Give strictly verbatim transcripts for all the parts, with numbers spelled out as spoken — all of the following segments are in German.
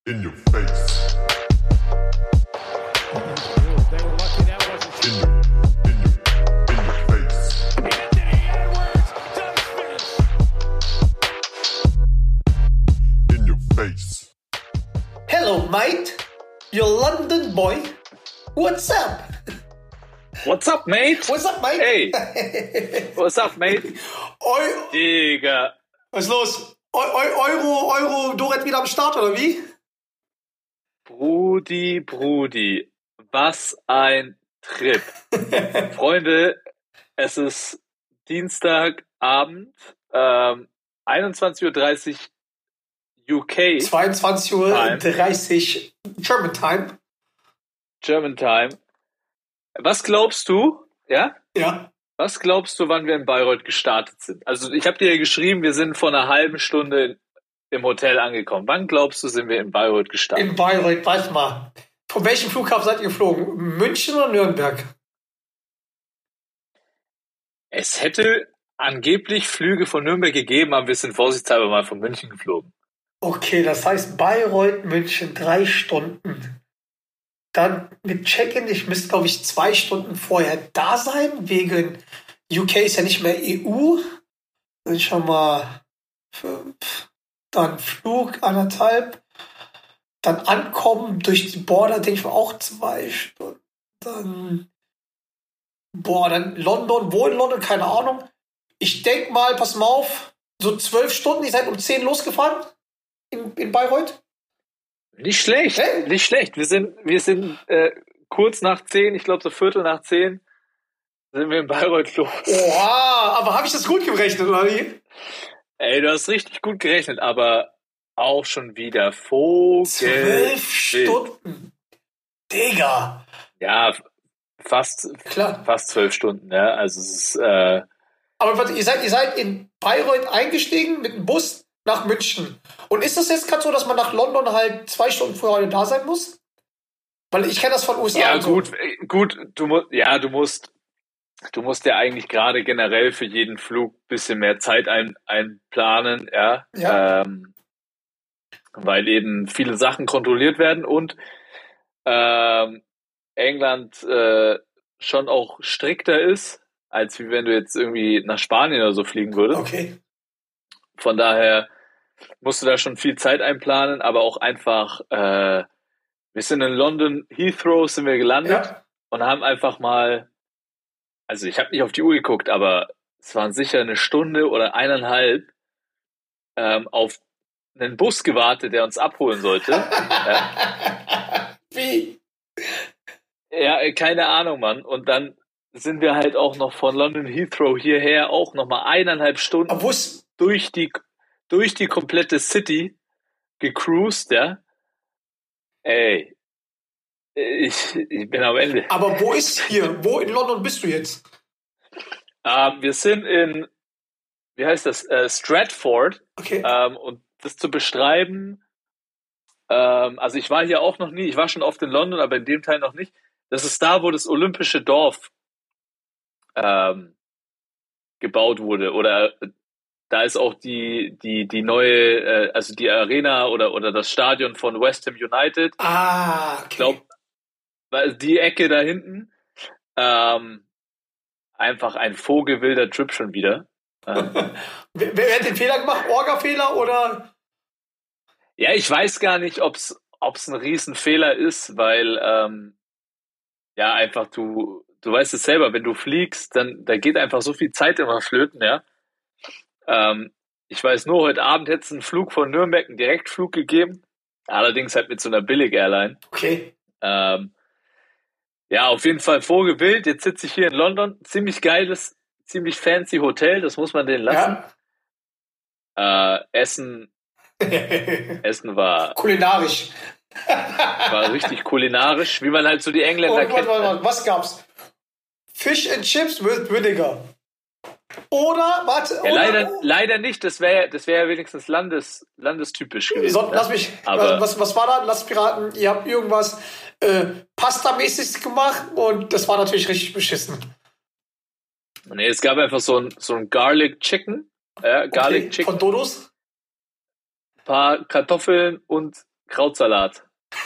In your face. They were lucky that wasn't In your, in your, in your face. Anthony Edwards does finish. In your face. Hello, mate. You London boy. What's up? What's up, mate? What's up, mate? Hey. What's up, mate? Eu Digga. Was ist los? Eu Eu Euro, Euro, Doret wieder am Start, oder wie? Brudi, Brudi. Was ein Trip. Freunde, es ist Dienstagabend, ähm, einundzwanzig Uhr dreißig U K. zweiundzwanzig Uhr dreißig German Time. German Time. Was glaubst du, ja? Ja. Was glaubst du, wann wir in Bayreuth gestartet sind? Also ich habe dir ja geschrieben, wir sind vor einer halben Stunde im Hotel angekommen. Wann glaubst du, sind wir in Bayreuth gestartet? In Bayreuth, warte mal. Von welchem Flughafen seid ihr geflogen? München oder Nürnberg? Es hätte angeblich Flüge von Nürnberg gegeben, aber wir sind vorsichtshalber mal von München geflogen. Okay, das heißt Bayreuth, München, drei Stunden. Dann mit Check-in, ich müsste, glaube ich, zwei Stunden vorher da sein, wegen U K ist ja nicht mehr E U. Dann schon mal fünf. Dann Flug, anderthalb. Dann ankommen durch die Border, denke ich mal, auch zwei Stunden. Dann, boah, dann London, wo in London, keine Ahnung. Ich denke mal, pass mal auf, so zwölf Stunden, ihr seid um zehn losgefahren in, in Bayreuth. Nicht schlecht, Hey. nicht schlecht. Wir sind, wir sind äh, kurz nach zehn, ich glaube so Viertel nach zehn, sind wir in Bayreuth los. Oha, aber habe ich das gut gerechnet, oder wie? Ey, du hast richtig gut gerechnet, aber auch schon wieder Vogel. Zwölf Stunden. Digga. Ja, fast, Klar. fast zwölf Stunden, ja. Also es ist, äh, Aber warte, ihr seid, ihr seid in Bayreuth eingestiegen mit dem Bus nach München. Und ist das jetzt gerade so, dass man nach London halt zwei Stunden vorher da sein muss? Weil ich kenne das von U S A. ja und so. gut, äh, gut, du musst, ja, du musst, du musst ja eigentlich gerade generell für jeden Flug ein bisschen mehr Zeit ein, einplanen, ja. Ja. Ähm, weil eben viele Sachen kontrolliert werden und ähm, England äh, schon auch strikter ist, als wie wenn du jetzt irgendwie nach Spanien oder so fliegen würdest. Okay. Von daher musst du da schon viel Zeit einplanen, aber auch einfach, äh, wir sind in London, Heathrow sind wir gelandet Ja. und haben einfach mal, also ich habe nicht auf die Uhr geguckt, aber es waren sicher eine Stunde oder eineinhalb ähm, auf einen Bus gewartet, der uns abholen sollte. ja. Wie? Ja, äh, keine Ahnung, Mann. Und dann sind wir halt auch noch von London Heathrow hierher auch nochmal eineinhalb Stunden Aber wo ist, durch die, durch die komplette City gecruised, ja. Ey, ich, ich bin am Ende. aber wo ist hier? Wo in London bist du jetzt? Ähm, wir sind in, wie heißt das, äh, Stratford. Okay. Ähm, und das zu beschreiben, ähm, also ich war hier auch noch nie, ich war schon oft in London, aber in dem Teil noch nicht. Das ist da, wo das olympische Dorf ähm, gebaut wurde. Oder da ist auch die, die, die neue, äh, also die Arena oder, oder das Stadion von West Ham United. Ah, okay. Ich glaube, die Ecke da hinten. Ähm, einfach ein vogelwilder Trip schon wieder. Ähm, wer, wer hat den Fehler gemacht? Orga-Fehler oder? ja, ich weiß gar nicht, ob's ob's ein Riesenfehler ist, weil ähm, ja einfach du du weißt es selber, wenn du fliegst, dann da geht einfach so viel Zeit immer flöten, ja. Ähm, ich weiß nur, heute Abend hätte es einen Flug von Nürnberg, einen Direktflug gegeben, allerdings halt mit so einer Billig-Airline. Okay. Ähm, ja, auf jeden Fall vorgebildet. Jetzt sitze ich hier in London. Ziemlich geiles, ziemlich fancy Hotel, das muss man denen lassen. Ja. Äh, Essen, Essen war, Kulinarisch. war richtig kulinarisch, wie man halt so die Engländer Und warte, kennt. warte, warte, was gab's? Fish and Chips with Vinegar. Oder, warte, Ja, oder, leider, leider nicht. Das wäre das wäre ja wenigstens landes, landestypisch gewesen. So, ne? lass mich, Aber- was, was war da? Lass Piraten, ihr habt irgendwas äh, Pasta-mäßiges gemacht und das war natürlich richtig beschissen. Nee, es gab einfach so ein, so ein Garlic Chicken. Ja, Garlic Okay, Chicken. von Dodos? Ein paar Kartoffeln und Krautsalat.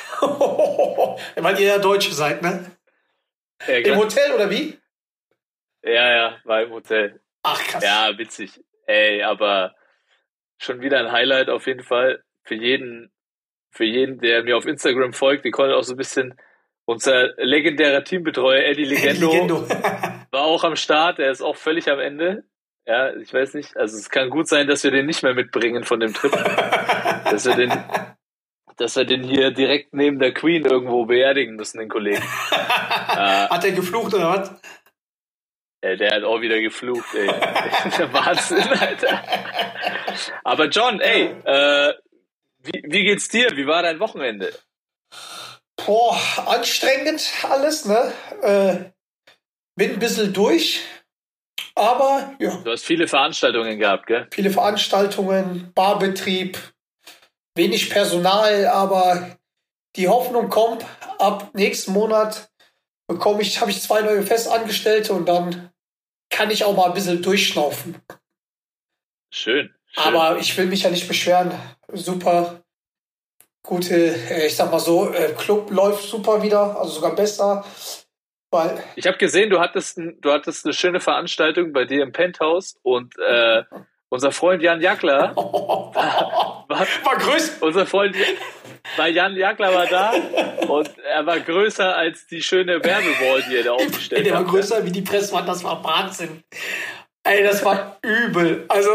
Weil ihr ja Deutsche seid, ne? Ja, Im klar. Hotel oder wie? ja, ja, war im Hotel. Ach, krass. Ja, witzig. Ey, aber schon wieder ein Highlight auf jeden Fall für jeden, für jeden, der mir auf Instagram folgt. Die konnte auch so ein bisschen, unser legendärer Teambetreuer Eddie Legendo, Legendo. war auch am Start. Er ist auch völlig am Ende. Ja, ich weiß nicht. Also es kann gut sein, dass wir den nicht mehr mitbringen von dem Trip. dass wir den, dass wir den hier direkt neben der Queen irgendwo beerdigen müssen, den Kollegen. äh, Hat er geflucht oder was? Ey, der hat auch wieder geflucht, ey. Der Wahnsinn, Alter. Aber John, ey, äh, wie, wie geht's dir? Wie war dein Wochenende? Boah, anstrengend alles, ne? Äh, bin ein bisschen durch, aber ja, Du hast viele Veranstaltungen gehabt, gell? viele Veranstaltungen, Barbetrieb, wenig Personal, aber die Hoffnung kommt, ab nächsten Monat bekomme ich, habe ich zwei neue Festangestellte und dann kann ich auch mal ein bisschen durchschnaufen. Schön. schön. Aber ich will mich ja nicht beschweren. Super gute, äh, ich sag mal so, äh, Club läuft super wieder, also sogar besser. Weil, Ich habe gesehen, du hattest, ein, du hattest eine schöne Veranstaltung bei dir im Penthouse und äh, unser Freund Jan Jackler war, war größer. unser Freund war Jan Jackler war da und er war größer als die schöne Werbewall, die er da aufgestellt Der war hat. größer wie die Presswand, das war Wahnsinn. Ey, das war übel. Also,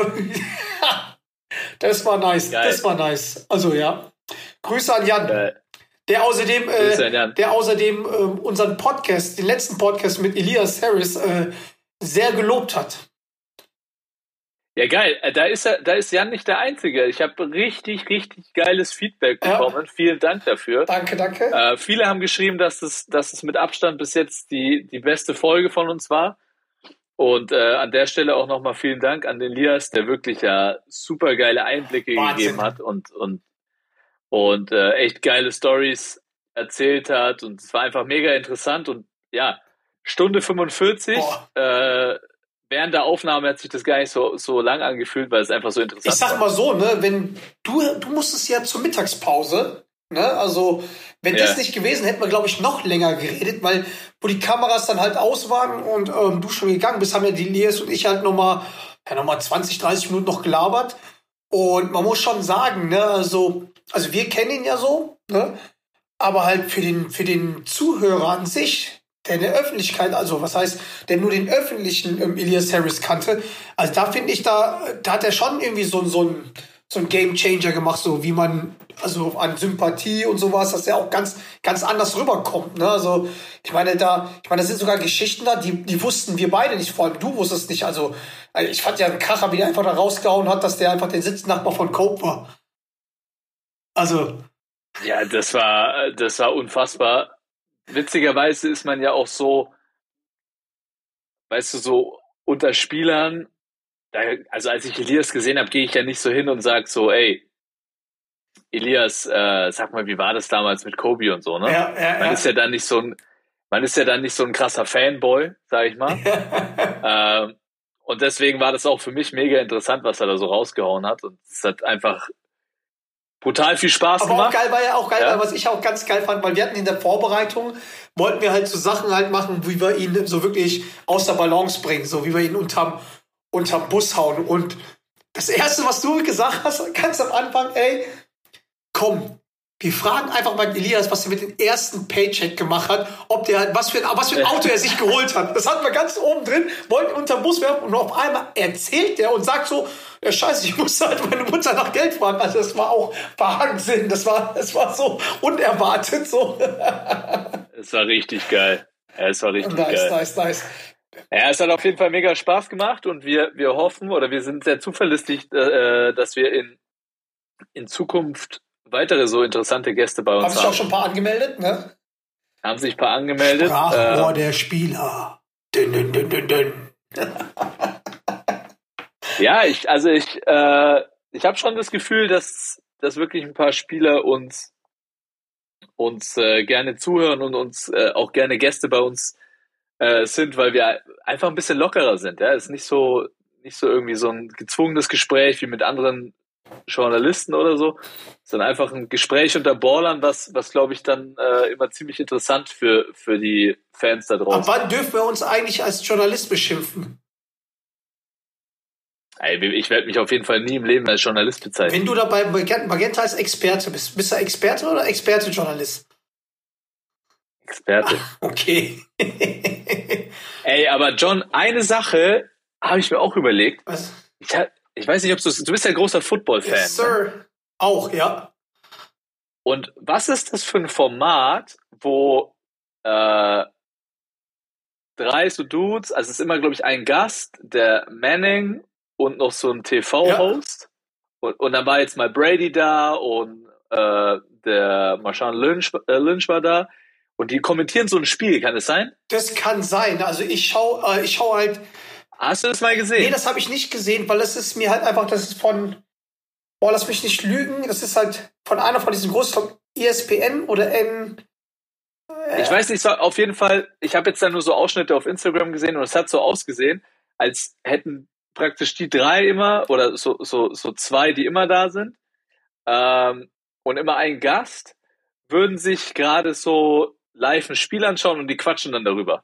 das war nice. Geil. Das war nice. Also, ja. Grüße an Jan. Äh, Der außerdem, Grüße an äh, Jan. der außerdem äh, unseren Podcast, den letzten Podcast mit Elias Harris, äh, sehr gelobt hat. Ja, geil. Äh, Da ist er, da ist Jan nicht der Einzige. Ich habe richtig, richtig geiles Feedback Ja. bekommen. Vielen Dank dafür. Danke, danke. Äh, viele haben geschrieben, dass es, dass es mit Abstand bis jetzt die, die beste Folge von uns war. Und äh, an der Stelle auch nochmal vielen Dank an den Elias, der wirklich ja super geile Einblicke Wahnsinn. gegeben hat und, und, und äh, echt geile Stories erzählt hat. Und es war einfach mega interessant. Und ja, Stunde fünfundvierzig. Äh, während der Aufnahme hat sich das gar nicht so, so lang angefühlt, weil es einfach so interessant Ich sag war. mal so, ne, wenn du, du musstest ja zur Mittagspause, ne, also wenn Ja. das nicht gewesen, hätten wir, glaube ich, noch länger geredet, weil wo die Kameras dann halt aus waren und ähm, du schon gegangen bist, haben ja die Elias und ich halt nochmal ja, noch mal zwanzig, dreißig Minuten noch gelabert und man muss schon sagen, ne, also, also wir kennen ihn ja so, ne, aber halt für den, für den Zuhörer an sich, der in der Öffentlichkeit, also was heißt, der nur den öffentlichen ähm, Elias Harris kannte, also da finde ich, da, da hat er schon irgendwie so, so ein so ein Game Changer gemacht, so wie man, also an Sympathie und sowas, dass er auch ganz, ganz anders rüberkommt, ne, also, ich meine, da, ich meine, da sind sogar Geschichten da, die, die wussten wir beide nicht, vor allem du wusstest nicht, also, ich fand ja einen Kracher, wie der einfach da rausgehauen hat, dass der einfach der Sitznachbar von Cope war. Also, Ja, das war, das war unfassbar. Witzigerweise ist man ja auch so, weißt du, so unter Spielern, da, also als ich Elias gesehen habe, gehe ich ja nicht so hin und sag so, ey, Elias, äh, sag mal, wie war das damals mit Kobe und so, ne? ja, ja, Man ja. ist ja dann nicht so ein, man ist ja dann nicht so ein krasser Fanboy, sag ich mal. ähm, und deswegen war das auch für mich mega interessant, was er da so rausgehauen hat. Und es hat einfach brutal viel Spaß Aber auch gemacht. geil war ja auch geil, Ja. weil was ich auch ganz geil fand, weil wir hatten in der Vorbereitung, wollten wir halt so Sachen halt machen, wie wir ihn so wirklich aus der Balance bringen, so wie wir ihn unterm, unterm Bus hauen. Und das Erste, was du gesagt hast, ganz am Anfang, ey, komm, wir fragen einfach mal Elias, was er mit dem ersten Paycheck gemacht hat, ob der, was für ein, was für ein Auto er sich geholt hat. Das hatten wir ganz oben drin, wollten unterm Bus werfen und auf einmal erzählt er und sagt so, ja scheiße, ich muss halt meine Mutter nach Geld fragen. Also das war auch Wahnsinn, das war, das war so unerwartet, so. Es war richtig geil. Ja, es war richtig Nice, geil. nice, nice. Ja, es hat auf jeden Fall mega Spaß gemacht und wir, wir hoffen oder wir sind sehr zuverlässig, äh, dass wir in, in Zukunft weitere so interessante Gäste bei Haben uns sich haben. auch schon ein paar angemeldet, ne? Haben sich ein paar angemeldet. Sprachrohr Äh, der Spieler. Dün, dün, dün, dün, dün. ja, ich, also ich, äh, ich habe schon das Gefühl, dass, dass wirklich ein paar Spieler uns, uns äh, gerne zuhören und uns äh, auch gerne Gäste bei uns äh, sind, weil wir einfach ein bisschen lockerer sind. Ja, es ist nicht so, nicht so irgendwie so ein gezwungenes Gespräch wie mit anderen Journalisten oder so, sondern einfach ein Gespräch unter Ballern, was, was glaube ich dann äh, immer ziemlich interessant für, für die Fans da Ab draußen. wann dürfen wir uns eigentlich als Journalist beschimpfen? Ey, ich werde mich auf jeden Fall nie im Leben als Journalist bezeichnen. Wenn du da bei Magenta als Experte bist, bist du Experte oder Experte-Journalist? Experte. Okay. Ey, aber John, eine Sache habe ich mir auch überlegt. Was? Ich, hab, ich weiß nicht, ob du du bist ja ein großer Football-Fan. Yes, Ne? Sir. Auch, ja. Und was ist das für ein Format, wo äh, drei so Dudes, also es ist immer, glaube ich, ein Gast, der Manning und noch so ein T V-Host. Ja. Und, und dann war jetzt mal Brady da und äh, der Marshawn Lynch, äh, Lynch war da. Und die kommentieren so ein Spiel, kann es sein? Das kann sein. Also ich schaue äh, ich schau halt... Hast du das mal gesehen? Nee, das habe ich nicht gesehen, weil das ist mir halt einfach, das ist von... Boah, lass mich nicht lügen. Das ist halt von einer von diesen großen E S P N oder N... Äh, ich weiß nicht, so, auf jeden Fall, ich habe jetzt da nur so Ausschnitte auf Instagram gesehen und es hat so ausgesehen, als hätten praktisch die drei immer, oder so, so, so zwei, die immer da sind, ähm, und immer ein Gast, würden sich gerade so live ein Spiel anschauen und die quatschen dann darüber.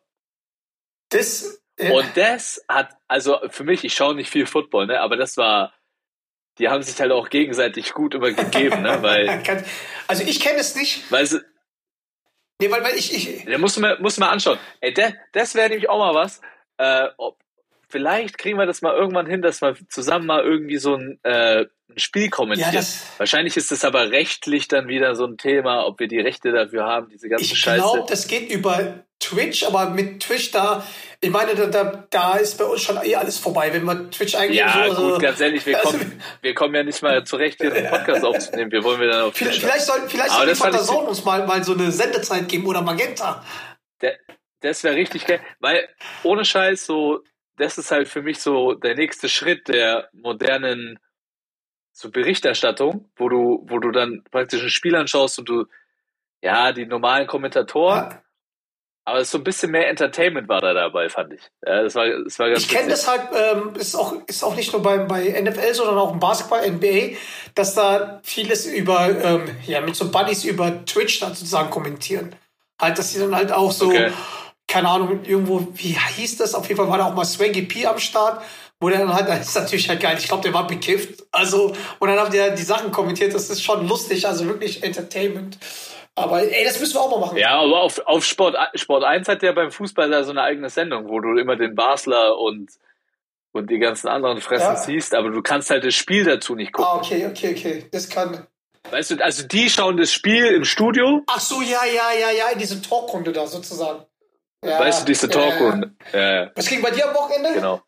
Das... Äh, Und das hat, also für mich, ich schaue nicht viel Football, ne, aber das war, die haben sich halt auch gegenseitig gut immer gegeben, ne, weil... Also ich kenne es nicht. Weil sie, Nee, weil, weil ich... ich der muss man, muss man anschauen. Ey, der, das wäre nämlich auch mal was, äh, ob, vielleicht kriegen wir das mal irgendwann hin, dass wir zusammen mal irgendwie so ein, äh, ein Spiel kommentieren. Ja, das- Wahrscheinlich ist das aber rechtlich dann wieder so ein Thema, ob wir die Rechte dafür haben, diese ganze Ich Scheiße. glaube, das geht über Twitch, aber mit Twitch da, ich meine, da, da, da ist bei uns schon eh alles vorbei, wenn man Twitch eigentlich Ja, so... gut, ganz ehrlich, wir also- kommen, wir kommen ja nicht mal zurecht, hier einen Podcast aufzunehmen. Wir wollen wir dann auf Vielleicht, Twitch. vielleicht soll, vielleicht Aber soll die das fand ich- Fantason uns mal, mal so eine Sendezeit geben oder Magenta. Der, das wäre richtig geil, weil ohne Scheiß so, das ist halt für mich so der nächste Schritt der modernen so Berichterstattung, wo du, wo du dann praktisch ein Spiel anschaust und du, ja, die normalen Kommentatoren, Ja. aber es so ein bisschen mehr Entertainment war da dabei, fand ich. Ja, das war, das war ganz Ich kenne witzig. das halt, ähm, ist auch, ist auch nicht nur beim, bei N F L, sondern auch im Basketball, N B A, dass da vieles über, ähm, ja, mit so Buddies über Twitch dann sozusagen kommentieren. Halt, dass sie dann halt auch so, Okay. keine Ahnung, irgendwo, wie hieß das? Auf jeden Fall war da auch mal Swaggy P am Start, wo der dann halt, das ist natürlich halt geil, ich glaube, der war bekifft. Also, und dann haben die die Sachen kommentiert, das ist schon lustig, also wirklich Entertainment. Aber ey, das müssen wir auch mal machen. Ja, aber auf, auf Sport, Sport eins hat ja beim Fußball da so eine eigene Sendung, wo du immer den Basler und, und die ganzen anderen Fressen Ja. siehst, aber du kannst halt das Spiel dazu nicht gucken. Ah, okay, okay, okay. Das kann. Weißt du, also die schauen das Spiel im Studio, Ach so, ja, ja, ja, ja, in diese Talkrunde da sozusagen. Ja, weißt du, diese ja, ja, ja. Talkrunde. Ja, ja, Was ging bei dir am Wochenende? genau.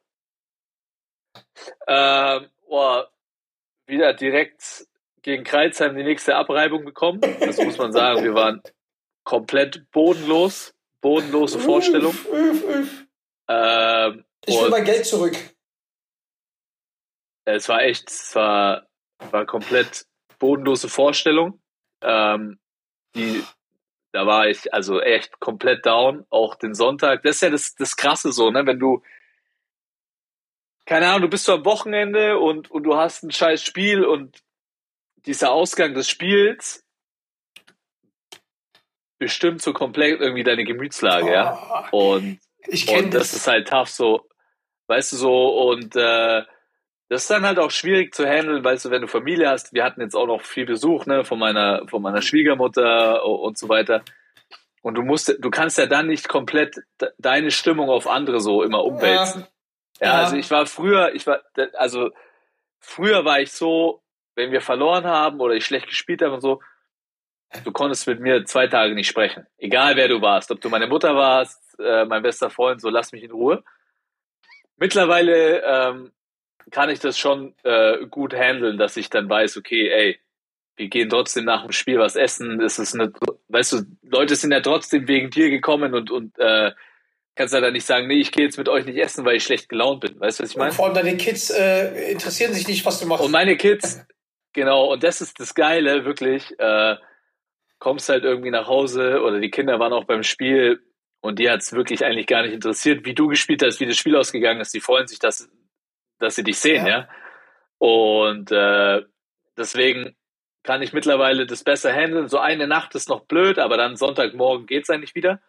Ähm, boah, wieder direkt gegen Kreilsheim die nächste Abreibung bekommen. Das muss man sagen, wir waren komplett bodenlos, bodenlose Vorstellung. Uff, uff, uff. Ähm, Ich will und mein Geld zurück. es war echt, es war, war komplett bodenlose Vorstellung. Ähm, die, da war ich also echt komplett down, auch den Sonntag. Das ist ja das, das Krasse so, ne, wenn du, keine Ahnung, du bist so am Wochenende und, und du hast ein scheiß Spiel und dieser Ausgang des Spiels bestimmt so komplett irgendwie deine Gemütslage, ja. Oh, Und, ich kenne und das das. ist halt tough, so, weißt du, so, und äh, das ist dann halt auch schwierig zu handeln, weißt du, wenn du Familie hast. Wir hatten jetzt auch noch viel Besuch, ne, von meiner, von meiner Schwiegermutter und so weiter. Und du musst, du kannst ja dann nicht komplett de- deine Stimmung auf andere so immer umwälzen. Ja, Ja. also ich war früher, ich war, also früher war ich so, wenn wir verloren haben oder ich schlecht gespielt habe und so, du konntest mit mir zwei Tage nicht sprechen. Egal wer du warst, ob du meine Mutter warst, äh, mein bester Freund, so lass mich in Ruhe. Mittlerweile ähm, kann ich das schon äh, gut handeln, dass ich dann weiß, okay, ey, wir gehen trotzdem nach dem Spiel was essen. Es ist eine, weißt du, Leute sind ja trotzdem wegen dir gekommen und und äh, kannst ja dann nicht sagen, nee, ich gehe jetzt mit euch nicht essen, weil ich schlecht gelaunt bin. Weißt du, was ich Und meine? vor allem deine Kids äh, interessieren sich nicht, was du machst. Und meine Kids, genau, und das ist das Geile, wirklich, äh, kommst halt irgendwie nach Hause oder die Kinder waren auch beim Spiel und die hat's wirklich eigentlich gar nicht interessiert, wie du gespielt hast, wie das Spiel ausgegangen ist. Die freuen sich, dass, dass sie dich sehen, Ja. ja. Und äh, deswegen kann ich mittlerweile das besser handeln. So eine Nacht ist noch blöd, aber dann Sonntagmorgen geht's eigentlich wieder.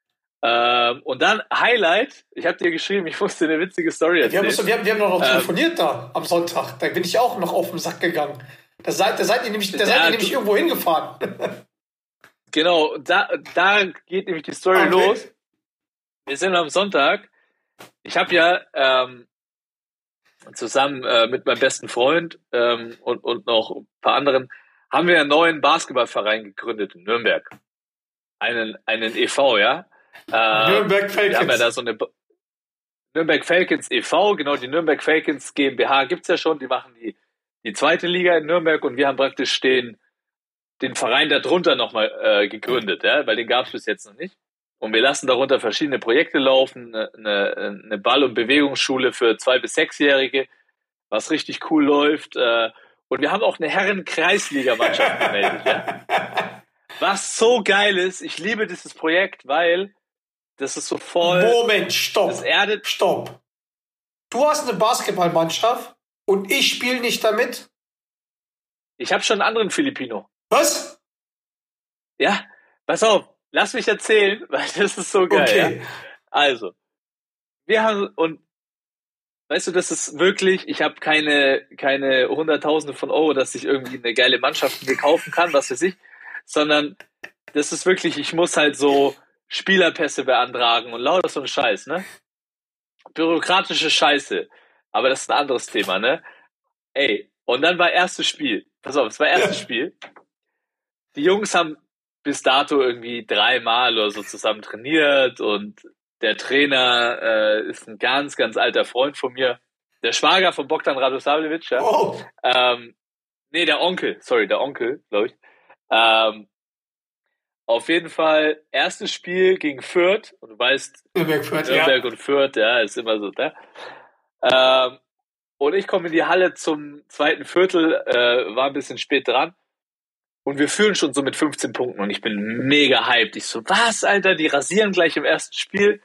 Ähm, und dann Highlight, ich habe dir geschrieben, ich musste eine witzige Story erzählen. Wir haben, wir haben, wir haben noch, noch Ähm, telefoniert da am Sonntag. Da bin ich auch noch auf den Sack gegangen. Da seid, da seid ihr nämlich, da seid Ja, ihr nämlich du- irgendwo hingefahren. Genau, da, da geht nämlich die Story Okay. los. Wir sind am Sonntag. Ich habe ja ähm, zusammen äh, mit meinem besten Freund ähm, und, und noch ein paar anderen, haben wir einen neuen Basketballverein gegründet in Nürnberg. Einen, einen E V, ja. Äh, Nürnberg Wir haben ja da Falcons. so eine Ba- Nürnberg Falcons e V, genau, die Nürnberg Falcons GmbH gibt's ja schon, die machen die, die zweite Liga in Nürnberg und wir haben praktisch den, den Verein darunter nochmal äh, gegründet, ja, weil den gab's bis jetzt noch nicht. Und wir lassen darunter verschiedene Projekte laufen, eine, eine, eine Ball- und Bewegungsschule für zwei- bis sechsjährige, was richtig cool läuft. Äh, und wir haben auch eine Herren-Kreisliga-Mannschaft gemeldet, ja. Was so geil ist, ich liebe dieses Projekt, weil das ist so voll, Moment, stopp. das erdet, Stopp. Du hast eine Basketballmannschaft und ich spiele nicht damit. ich habe schon einen anderen Filipino. Was? Ja, pass auf, lass mich erzählen, weil das ist so geil. Okay. Ja? Also, wir haben, und weißt du, das ist wirklich, ich habe keine, keine Hunderttausende von Euro, dass ich irgendwie eine geile Mannschaft mir kaufen kann, was weiß ich, sondern das ist wirklich, ich muss halt so Spielerpässe beantragen und lauter so ein Scheiß, ne? Bürokratische Scheiße. Aber das ist ein anderes Thema, ne? Ey, und dann war erstes Spiel. Pass auf, es war erstes Spiel. Die Jungs haben bis dato irgendwie dreimal oder so zusammen trainiert und der Trainer äh, ist ein ganz, ganz alter Freund von mir. Der Schwager von Bogdan Radosavljevic, ja. Oh, Ähm, nee, der Onkel, sorry, der Onkel, glaube ich. Ähm, auf jeden Fall, erstes Spiel gegen Fürth. Und du weißt, Nürnberg Fürth, ja. Nürnberg und Fürth, ja, ist immer so, ne? Ähm, und ich komme in die Halle zum zweiten Viertel, äh, war ein bisschen spät dran. Und wir führen schon so mit fünfzehn Punkten und ich bin mega hyped. Ich so, was, Alter, die rasieren gleich im ersten Spiel.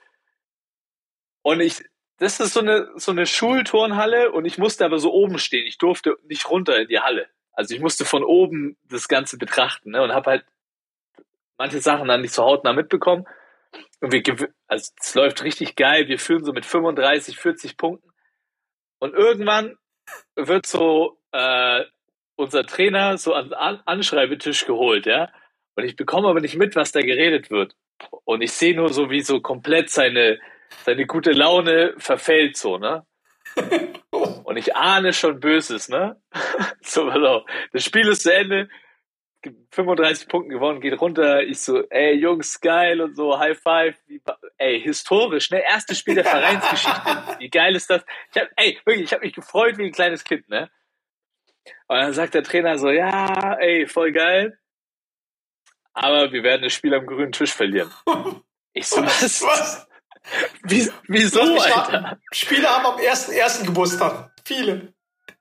Und ich, das ist so eine, so eine Schulturnhalle und ich musste aber so oben stehen. Ich durfte nicht runter in die Halle. Also ich musste von oben das Ganze betrachten, ne, und habe halt manche Sachen dann nicht so hautnah mitbekommen. Und wir, gew- also es läuft richtig geil. Wir führen so mit fünfunddreißig, vierzig Punkten. Und irgendwann wird so äh, unser Trainer so an den an Anschreibetisch geholt, ja. Und ich bekomme aber nicht mit, was da geredet wird. Und ich sehe nur so, wie so komplett seine, seine gute Laune verfällt, so, ne? Und ich ahne schon Böses, ne? So, pass auf. Das Spiel ist zu Ende. fünfunddreißig Punkten gewonnen, geht runter. Ich so, ey, Jungs, geil und so, High Five. Wie, ey, historisch, ne? Erstes Spiel der Vereinsgeschichte. Wie geil ist das? Ich hab, ey, wirklich, ich habe mich gefreut wie ein kleines Kind, ne? Und dann sagt der Trainer so, ja, ey, voll geil. Aber wir werden das Spiel am grünen Tisch verlieren. Ich so, was? Was? Wie, wieso, Lass mich Alter? raten. Spieler haben am ersten, ersten Geburtstag. Viele.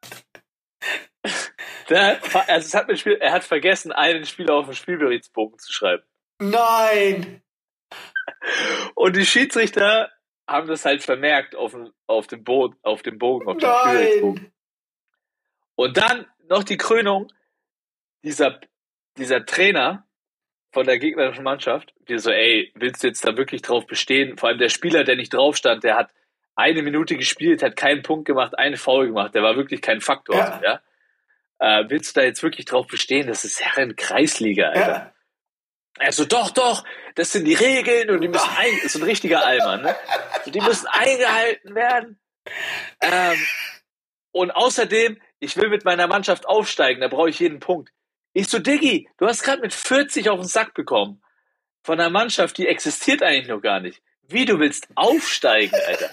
Der, also es hat mir Spiel, er hat vergessen, einen Spieler auf den Spielberichtsbogen zu schreiben. Nein. Und die Schiedsrichter haben das halt vermerkt auf dem, auf dem Boden, auf dem Bogen, auf dem Spielberichtsbogen. Nein. Und dann noch die Krönung, dieser, dieser Trainer von der gegnerischen Mannschaft, die so, ey, willst du jetzt da wirklich drauf bestehen? Vor allem der Spieler, der nicht drauf stand, der hat eine Minute gespielt, hat keinen Punkt gemacht, einen Foul gemacht, der war wirklich kein Faktor, Ja. ja. Äh, willst du da jetzt wirklich drauf bestehen? Das ist Herren-Kreisliga, Alter. Ja. Also doch, doch, das sind die Regeln und die müssen ein, das ist ein richtiger Allmann, ne? So, die müssen eingehalten werden. Ähm, und außerdem, ich will mit meiner Mannschaft aufsteigen, da brauche ich jeden Punkt. Ich so, Diggi, du hast gerade mit vierzig auf den Sack bekommen. Von einer Mannschaft, die existiert eigentlich noch gar nicht. Wie, du willst aufsteigen, Alter?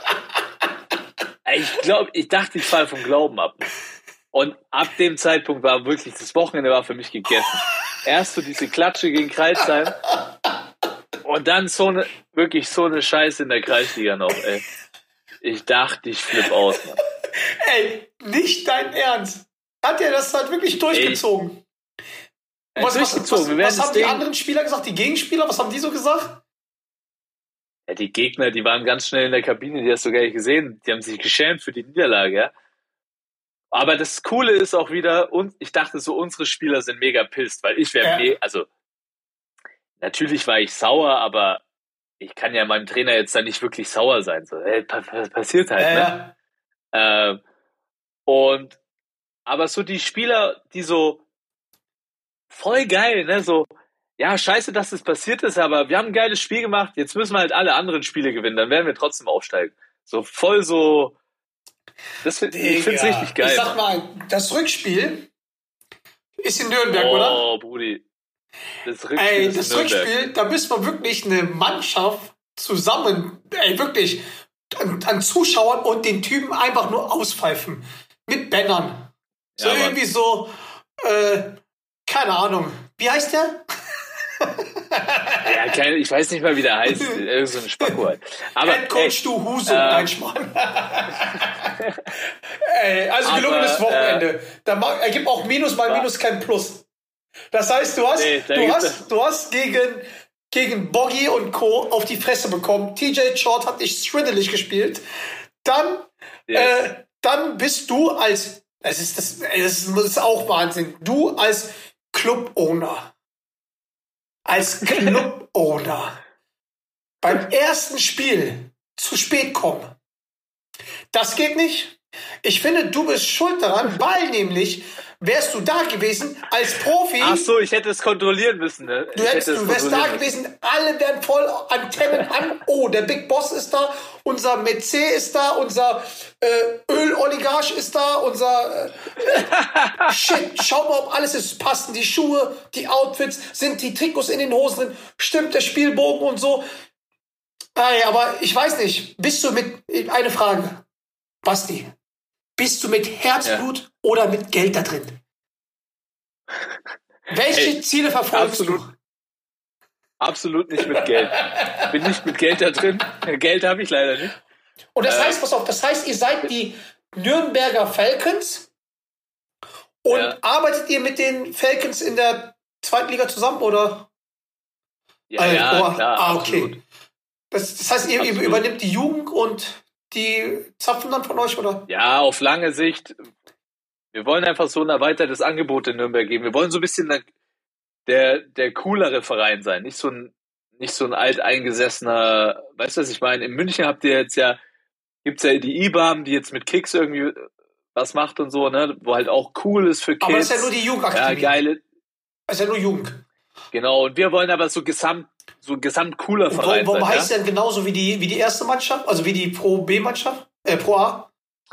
Ich glaube, ich dachte, ich falle vom Glauben ab. Und ab dem Zeitpunkt war wirklich, das Wochenende war für mich gegessen. Erst so diese Klatsche gegen Kreisheim und dann so eine, wirklich so eine Scheiße in der Kreisliga noch, ey. Ich dachte, ich flipp aus, Mann. Ey, nicht dein Ernst. Hat er das halt wirklich durchgezogen? Ey, Was, was, durchgezogen. was, Wir werden was das haben die Ding- anderen Spieler gesagt? Die Gegenspieler? Was haben die so gesagt? Ja, die Gegner, die waren ganz schnell in der Kabine, die hast du gar nicht gesehen. Die haben sich geschämt für die Niederlage, ja. Aber das Coole ist auch wieder, und ich dachte so, unsere Spieler sind mega pissed, weil ich wäre, Ja. me- also natürlich war ich sauer, aber ich kann ja meinem Trainer jetzt da nicht wirklich sauer sein. So, ey, pa- pa- passiert halt, Ja, ne? ja. Ähm, und aber so die Spieler, die so voll geil, ne, so, ja, scheiße, dass das passiert ist, aber wir haben ein geiles Spiel gemacht, jetzt müssen wir halt alle anderen Spiele gewinnen, dann werden wir trotzdem aufsteigen. So voll so, das find, ich find's Digga. richtig geil. Ich sag Mann. mal, das Rückspiel ist in Nürnberg, oder? Oh, Brudi. Das Rückspiel Ey, ist das in Nürnberg. Rückspiel, da müssen wir wirklich eine Mannschaft zusammen, ey, wirklich, an, an Zuschauern und den Typen einfach nur auspfeifen. Mit Bannern. So Ja, Mann. irgendwie so, äh, keine Ahnung. Wie heißt der? Ja, keine, ich weiß nicht mal, wie der heißt. Irgend so ein Spacko halt. Aber, ey, Headcoach du Huse. äh, Nein, Schmarrn. Ey, also Aber, gelungenes Wochenende. Da ma- ergibt auch Minus mal war- Minus kein Plus. Das heißt, du hast, Nee, da du gibt's- hast, du hast gegen, gegen Boggy und Co. auf die Fresse bekommen. T J Short hat dich schwindelig gespielt. Dann, ja, äh, dann bist du als, das ist, das, ey, das ist, das ist auch Wahnsinn. Du als Club-Owner. Als Club-Owner. Beim ersten Spiel zu spät kommen. Das geht nicht. Ich finde, du bist schuld daran, weil nämlich wärst du da gewesen als Profi. ach so, ich hätte es kontrollieren müssen, ne? Du, Ich hättest, hätte es du wärst da kontrollieren müssen. gewesen, alle wären voll Antennen an. Oh, der Big Boss ist da, unser Mezze ist da, unser äh, Öloligarch ist da, unser äh, Shit, schau mal, ob alles ist. Passen die Schuhe, die Outfits, sind die Trikots in den Hosen drin, stimmt der Spielbogen und so. Ey, aber ich weiß nicht, bist du mit, eine Frage, Basti, bist du mit Herzblut oder mit Geld da drin? Welche Ey, Ziele verfolgst absolut. du? Absolut nicht mit Geld. Bin nicht mit Geld da drin. Geld habe ich leider nicht. Und das Äh, heißt, pass auf, das heißt, ihr seid die Nürnberger Falcons und Ja. arbeitet ihr mit den Falcons in der zweiten Liga zusammen, oder? Ja, Äh, ja oh, klar. ah, absolut. okay. Das, das heißt, ihr, ihr Absolut. übernimmt die Jugend und die zapfen dann von euch, oder? Ja, auf lange Sicht. Wir wollen einfach so ein erweitertes Angebot in Nürnberg geben. Wir wollen so ein bisschen der, der, der coolere Verein sein. Nicht so ein, nicht so ein alteingesessener, weißt du, was ich meine? In München habt ihr jetzt ja, gibt's ja die I B A M, die jetzt mit Kicks irgendwie was macht und so, ne? Wo halt auch cool ist für Kids. Aber das ist ja nur die ja, Jugendakademie. geile, Das ist ja nur Jugend. genau. Und wir wollen aber so gesamt, so ein gesamt cooler Und Verein warum, warum sein. heißt Ja? der denn genauso wie die, wie die erste Mannschaft? Also wie die Pro B-Mannschaft? Äh, Pro A?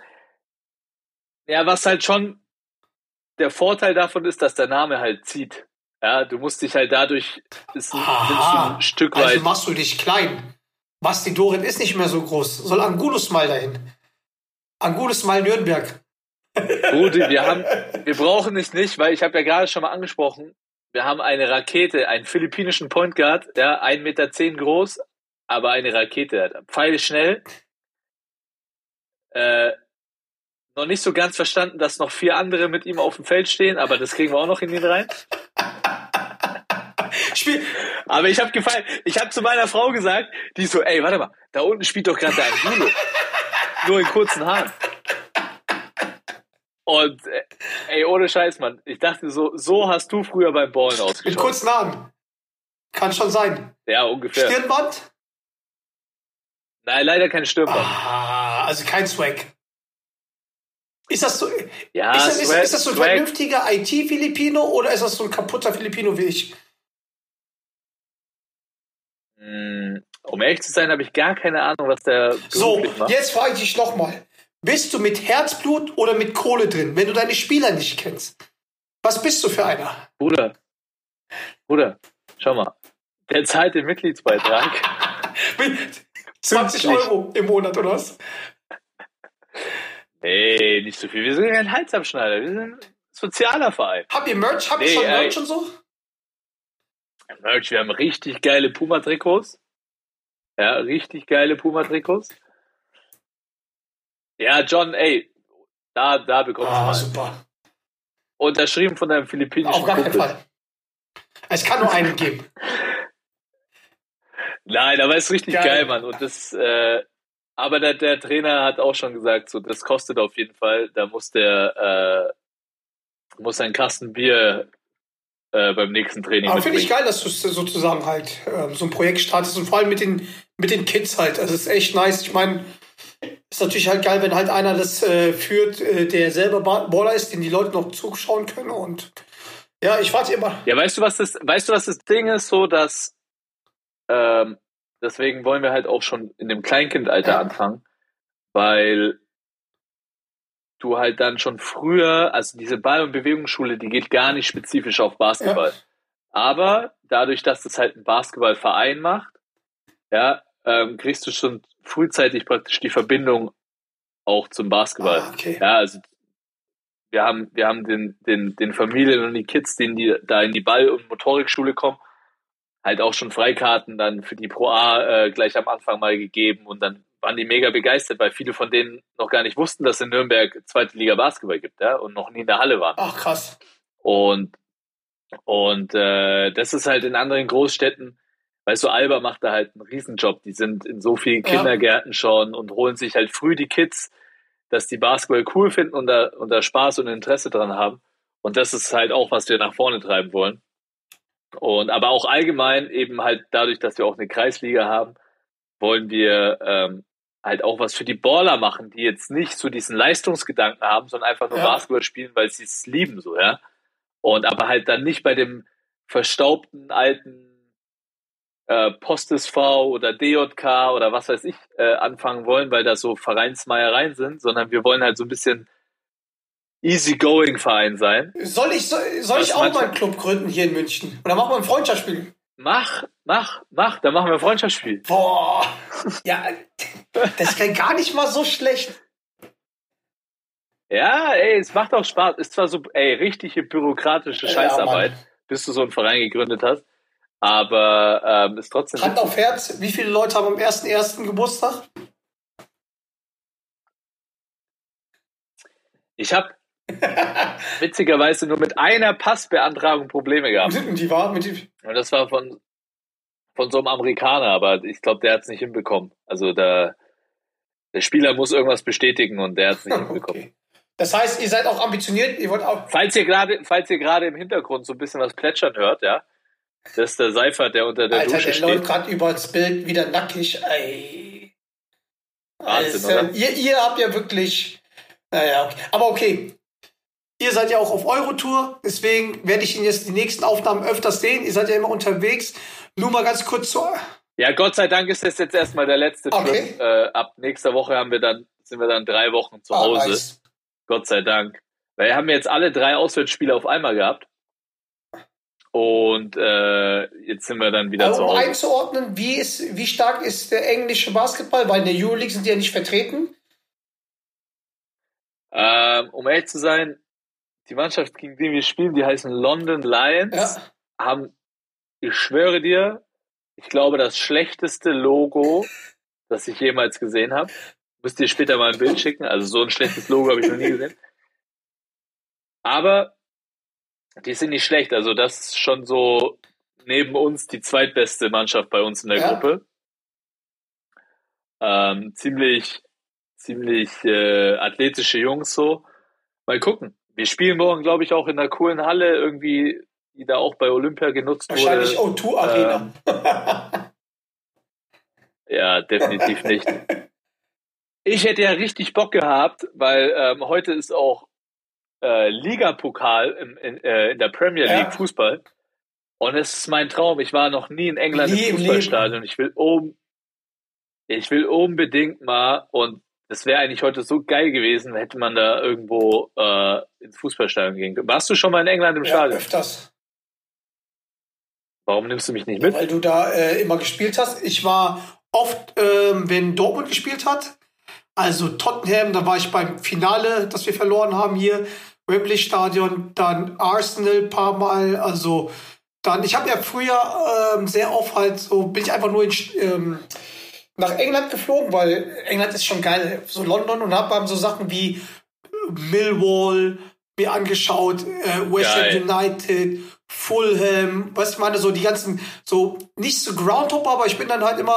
Ja, was halt schon der Vorteil davon ist, dass der Name halt zieht. Ja, du musst dich halt dadurch ist ein, nimmst du Aha. ein Stück Also weit. machst du dich klein. Basti Dorin ist nicht mehr so groß. Soll Angulus mal dahin. Angulus mal Nürnberg. Rudi, wir haben, wir brauchen nicht nicht, weil ich habe ja gerade schon mal angesprochen, wir haben eine Rakete, einen philippinischen Point Guard, ja, ein Meter zehn groß, aber eine Rakete, er hat pfeilschnell. Äh, noch nicht so ganz verstanden, dass noch vier andere mit ihm auf dem Feld stehen, aber das kriegen wir auch noch in den rein. Spiel. Aber ich habe gefallen, ich habe zu meiner Frau gesagt, die so, ey, warte mal, da unten spielt doch gerade der Angulo. Nur in kurzen Haaren. Und äh, ey, ohne Scheiß, Mann. Ich dachte so, so hast du früher beim Ballen In ausgeschaut. kurzen Haaren. Kann schon sein. Ja, ungefähr. Stirnband? Nein, leider kein Stirnband. Ah, also kein Swag. Ist das so, Ja, ist, das, ist, Swag, ist das so ein Swag. vernünftiger I T-Filipino oder ist das so ein kaputter Filipino wie ich? Hm, um ehrlich zu sein, habe ich gar keine Ahnung, was der So, beruflich macht. jetzt frage ich dich nochmal. Bist du mit Herzblut oder mit Kohle drin, wenn du deine Spieler nicht kennst? Was bist du für einer? Bruder, Bruder, schau mal. Der zahlt den Mitgliedsbeitrag. Mit zwanzig Pünktlich. Euro im Monat oder was? Nee, nicht so viel. Wir sind kein Halsabschneider. Wir sind ein sozialer Verein. Habt ihr Merch? Habt ihr Nee, schon ey. Merch und so? Merch, wir haben richtig geile Puma-Trikots. Ja, richtig geile Puma-Trikots. Ja, John, ey, da, da bekommst du Ah, mal. super. Unterschrieben von deinem philippinischen Auf gar keinen Kumpel. Fall. Es kann nur einen geben. Nein, aber ist richtig Geil. geil, Mann. Und das, äh, aber der, der Trainer hat auch schon gesagt, so das kostet auf jeden Fall. Da muss der äh, muss ein Kasten Bier äh, beim nächsten Training Aber finde ich mitbringen. geil, dass du sozusagen halt ähm, so ein Projekt startest und vor allem mit den, mit den Kids halt. Also, es ist echt nice. Ich meine, ist natürlich halt geil, wenn halt einer das äh, führt, äh, der selber Ba- Baller ist, den die Leute noch zuschauen können. Und ja, ich warte immer. Ja, weißt du, was das, weißt du, was das Ding ist, so dass ähm, deswegen wollen wir halt auch schon in dem Kleinkindalter Ja. anfangen, weil du halt dann schon früher, also diese Ball- und Bewegungsschule, die geht gar nicht spezifisch auf Basketball. Ja. Aber dadurch, dass das halt ein Basketballverein macht, ja, ähm, kriegst du schon frühzeitig praktisch die Verbindung auch zum Basketball. Ah, okay. Ja, also wir haben, wir haben den, den, den Familien und die Kids, denen die da in die Ball- und Motorikschule kommen, halt auch schon Freikarten dann für die Pro A äh, gleich am Anfang mal gegeben und dann waren die mega begeistert, weil viele von denen noch gar nicht wussten, dass es in Nürnberg zweite Liga Basketball gibt, ja, und noch nie in der Halle waren. Ach, krass. Und, und äh, das ist halt in anderen Großstädten, weißt du, Alba macht da halt einen Riesenjob. Die sind in so vielen Ja. Kindergärten schon und holen sich halt früh die Kids, dass die Basketball cool finden und da, und da Spaß und Interesse dran haben. Und das ist halt auch, was wir nach vorne treiben wollen. Und aber auch allgemein eben halt dadurch, dass wir auch eine Kreisliga haben, wollen wir ähm, halt auch was für die Baller machen, die jetzt nicht so diesen Leistungsgedanken haben, sondern einfach nur Ja. Basketball spielen, weil sie es lieben, so, ja. Und aber halt dann nicht bei dem verstaubten alten äh, Post-S V oder D J K oder was weiß ich äh, anfangen wollen, weil da so Vereinsmeiereien sind, sondern wir wollen halt so ein bisschen Easy-Going-Verein sein. Soll ich, soll, soll Was ich auch manchmal- mal einen Club gründen hier in München? Und dann machen wir ein Freundschaftsspiel. Mach, mach, mach, dann machen wir ein Freundschaftsspiel. Boah. Ja, das wäre gar nicht mal so schlecht. Ja, ey, es macht auch Spaß. Ist zwar so, ey, richtige bürokratische Ja, Scheißarbeit, Mann. bis du so einen Verein gegründet hast, aber ähm, ist trotzdem Hand auf Herz, wie viele Leute haben am ersten ersten Geburtstag? Ich habe witzigerweise nur mit einer Passbeantragung Probleme gehabt. Und die war mit die, Und das war von, von so einem Amerikaner, aber ich glaube, der hat es nicht hinbekommen. Also der, der Spieler muss irgendwas bestätigen und der hat es nicht hinbekommen. okay. Das heißt, ihr seid auch ambitioniert, ihr wollt auch. Falls ihr gerade, falls ihr gerade im Hintergrund so ein bisschen was plätschern hört, ja, das ist der Seifert, der unter der Alter, Dusche der steht. läuft gerade über das Bild wieder nackig. Ey. Wahnsinn, Also, oder? ihr, ihr habt ja wirklich. Naja, okay. Aber okay. Ihr seid ja auch auf Eurotour, deswegen werde ich ihn jetzt die nächsten Aufnahmen öfters sehen. Ihr seid ja immer unterwegs. Nur mal ganz kurz zu. Ja, Gott sei Dank ist das jetzt erstmal der letzte Okay. Trip. Äh, ab nächster Woche haben wir dann, sind wir dann drei Wochen zu Ah, Hause. nice. Gott sei Dank. Weil wir haben jetzt alle drei Auswärtsspiele auf einmal gehabt. Und äh, jetzt sind wir dann wieder Aber zu um Hause. einzuordnen, wie, ist, wie stark ist der englische Basketball? Weil in der Euroleague sind die ja nicht vertreten. Ähm, um ehrlich zu sein, die Mannschaft, gegen die wir spielen, die heißen London Lions, Ja. haben, ich schwöre dir, ich glaube, das schlechteste Logo, das ich jemals gesehen habe. Müsst ihr später mal ein Bild schicken. Also so ein schlechtes Logo habe ich noch nie gesehen. Aber die sind nicht schlecht. Also das ist schon so neben uns die zweitbeste Mannschaft bei uns in der Ja. Gruppe. Ähm, ziemlich, ziemlich äh, athletische Jungs so. Mal gucken. Wir spielen morgen, glaube ich, auch in einer coolen Halle irgendwie, die da auch bei Olympia genutzt Wahrscheinlich wurde. O zwei Arena. Ja, definitiv nicht. Ich hätte ja richtig Bock gehabt, weil ähm, heute ist auch äh, Ligapokal im, in, äh, in der Premier League Ja. Fußball. Und es ist mein Traum. Ich war noch nie in England Nie im im Fußballstadion. Ich will um, ich will unbedingt mal, und es wäre eigentlich heute so geil gewesen, hätte man da irgendwo äh, ins Fußballstadion gehen können. Warst du schon mal in England im Ja, Stadion? öfters. Warum nimmst du mich nicht mit? Weil du da äh, immer gespielt hast. Ich war oft, ähm, wenn Dortmund gespielt hat. Also Tottenham, da war ich beim Finale, das wir verloren haben hier. Wembley Stadion, dann Arsenal ein paar Mal. Also dann, ich habe ja früher ähm, sehr oft halt so, bin ich einfach nur in, ähm, nach England geflogen, weil England ist schon geil, so London, und habe dann so Sachen wie Millwall mir angeschaut, äh, West Ham Geil. United, Fulham, weißt du, meine, so die ganzen, so nicht so Groundhopper, aber ich bin dann halt immer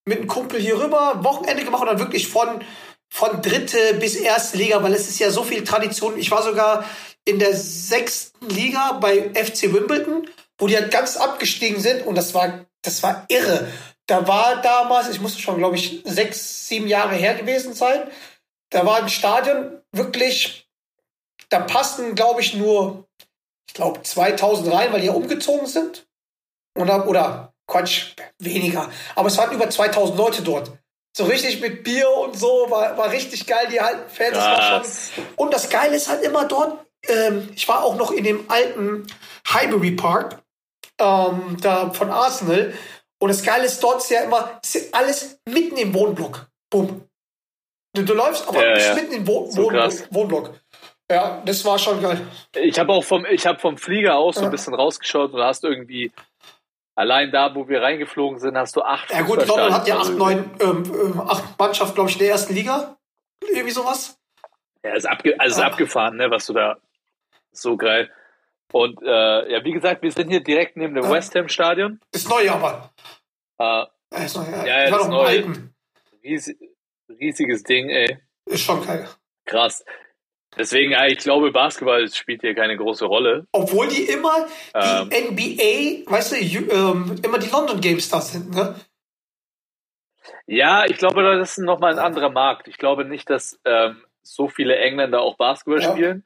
mit einem Kumpel hier rüber, Wochenende gemacht und dann wirklich von, von dritte bis erste Liga, weil es ist ja so viel Tradition. Ich war sogar in der sechsten Liga bei F C Wimbledon, wo die halt ganz abgestiegen sind und das war, das war irre. Da war damals, ich musste schon, glaube ich, sechs, sieben Jahre her gewesen sein, da war ein Stadion wirklich, da passten, glaube ich, nur, ich glaube, zweitausend rein, weil die ja umgezogen sind. Oder, oder, Quatsch, weniger. Aber es waren über zweitausend Leute dort. So richtig mit Bier und so, war, war richtig geil, die alten Fans. Das war schon. Und das Geile ist halt immer dort, ähm, ich war auch noch in dem alten Highbury Park, ähm, da von Arsenal. Und das Geile ist, dort ist ja immer, ist alles mitten im Wohnblock. Bumm. Du, du läufst, aber Ja, bist ja. mitten im Wo So Wohnblock, krass. Wohnblock. Ja, das war schon geil. Ich habe auch vom, ich habe vom Flieger aus so Ja. ein bisschen rausgeschaut und du hast irgendwie, allein da, wo wir reingeflogen sind, hast du acht Ja gut, London Fußballstadien. hat ja acht, Also, neun, ähm, ähm, acht Mannschaften, glaube ich, in der ersten Liga. Irgendwie sowas. Ja, ist, abge also ist Ja. abgefahren, ne, was du da, so geil. Und äh, ja, wie gesagt, wir sind hier direkt neben dem Ja. West Ham Stadion. Ist neu, aber. Äh, Ja, ist neu, ja. Ja, ja, ich war das noch im neu. Alten. ries riesiges Ding, ey. Ist schon geil. Krass. Deswegen, ja, ich glaube, Basketball spielt hier keine große Rolle. Obwohl die immer Ähm. die N B A, weißt du, ju- ähm, immer die London Games da sind, ne? Ja, ich glaube, das ist nochmal ein anderer Markt. Ich glaube nicht, dass ähm, so viele Engländer auch Basketball Ja. spielen.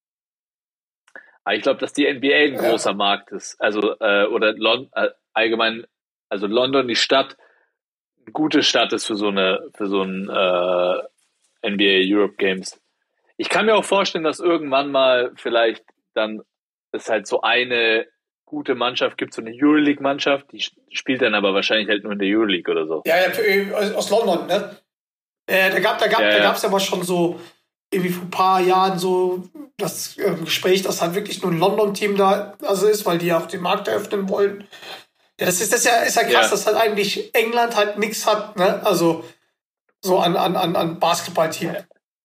Aber ich glaube, dass die N B A ein Ja. großer Markt ist. Also, äh, oder Lon äh, allgemein, also London, die Stadt, eine gute Stadt ist für so eine, für so ein äh, N B A Europe Games. Ich kann mir auch vorstellen, dass irgendwann mal vielleicht dann es halt so eine gute Mannschaft gibt, so eine Euroleague-Mannschaft, die spielt dann aber wahrscheinlich halt nur in der Euroleague oder so. Ja, ja, äh, aus London, ne? Äh, da gab da gab, Ja, da ja. gab's ja mal schon so, irgendwie vor ein paar Jahren so das ähm, Gespräch, dass halt wirklich nur ein London-Team da also ist, weil die ja auch den Markt eröffnen wollen. Ja, das ist, das ist ja, ist ja krass, Ja. dass halt eigentlich England halt nichts hat, ne? Also so an, an, an, an Basketballteam.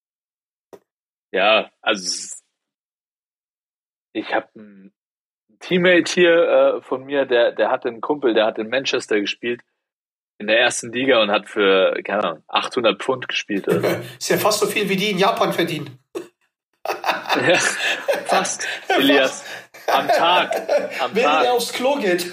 Ja, also es- ich habe einen Teammate hier äh, von mir, der, der hatte einen Kumpel, der hat in Manchester gespielt, in der ersten Liga und hat für, keine Ahnung, achthundert Pfund gespielt. Oder so. Ist ja fast so viel, wie die in Japan verdienen. Ja, fast, Elias. Am Tag. Am Während er Tag. aufs Klo geht.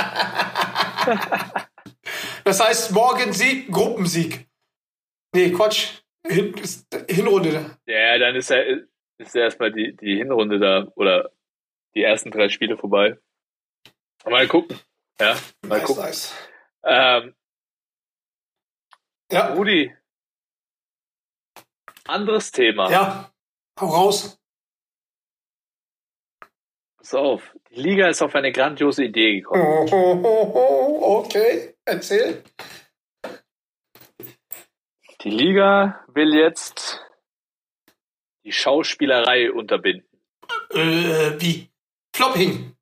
Das heißt, morgen Sieg, Gruppensieg. Nee, Quatsch. Hin, ist Hinrunde. Ja, dann ist ja ist ja erstmal die, die Hinrunde da oder die ersten drei Spiele vorbei. Mal gucken. Ja, mal Nice, gucken. nice. Ähm, Ja, Rudi, anderes Thema. ja. Hau raus. Pass auf. Die Liga ist auf eine grandiose Idee gekommen. Oh, oh, oh, oh, okay, erzähl. Die Liga will jetzt die Schauspielerei unterbinden. Äh, wie? Flopping.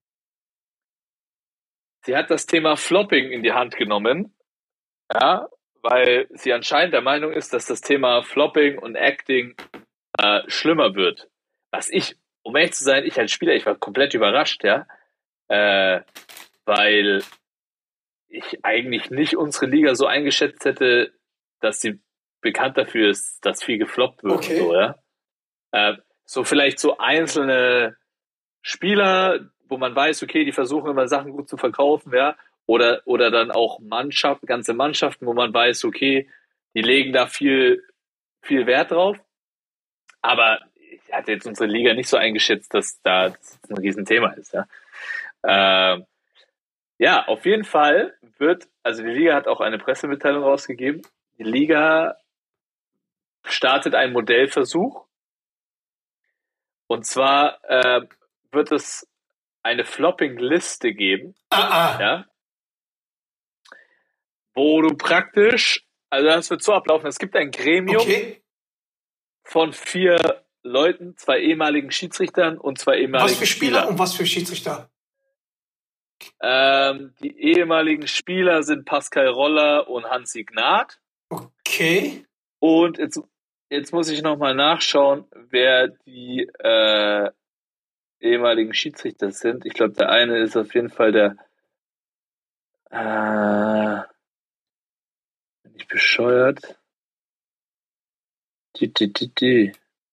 Sie hat das Thema Flopping in die Hand genommen, ja, weil sie anscheinend der Meinung ist, dass das Thema Flopping und Acting äh, schlimmer wird. Was ich, um ehrlich zu sein, ich als Spieler, ich war komplett überrascht, ja, äh, weil ich eigentlich nicht unsere Liga so eingeschätzt hätte, dass sie bekannt dafür ist, dass viel gefloppt wird. Okay. Und so, ja. Äh, so vielleicht so einzelne Spieler, wo man weiß, okay, die versuchen immer Sachen gut zu verkaufen, ja, oder, oder dann auch Mannschaften, ganze Mannschaften, wo man weiß, okay, die legen da viel, viel Wert drauf. Aber ich hatte jetzt unsere Liga nicht so eingeschätzt, dass da das ein Riesenthema ist, ja. Ähm, ja, auf jeden Fall wird, also die Liga hat auch eine Pressemitteilung rausgegeben. Die Liga startet einen Modellversuch. Und zwar äh, wird es eine Flopping-Liste geben, Ah, ah. ja, wo du praktisch, also das wird so ablaufen, es gibt ein Gremium Okay. von vier Leuten, zwei ehemaligen Schiedsrichtern und zwei ehemaligen Was für Spieler und was für Schiedsrichter? Ähm, die ehemaligen Spieler sind Pascal Roller und Hansi Gnad. Okay. Und jetzt, jetzt muss ich nochmal nachschauen, wer die äh, ehemaligen Schiedsrichter sind. Ich glaube, der eine ist auf jeden Fall der äh, bescheuert. Die, die, die, die.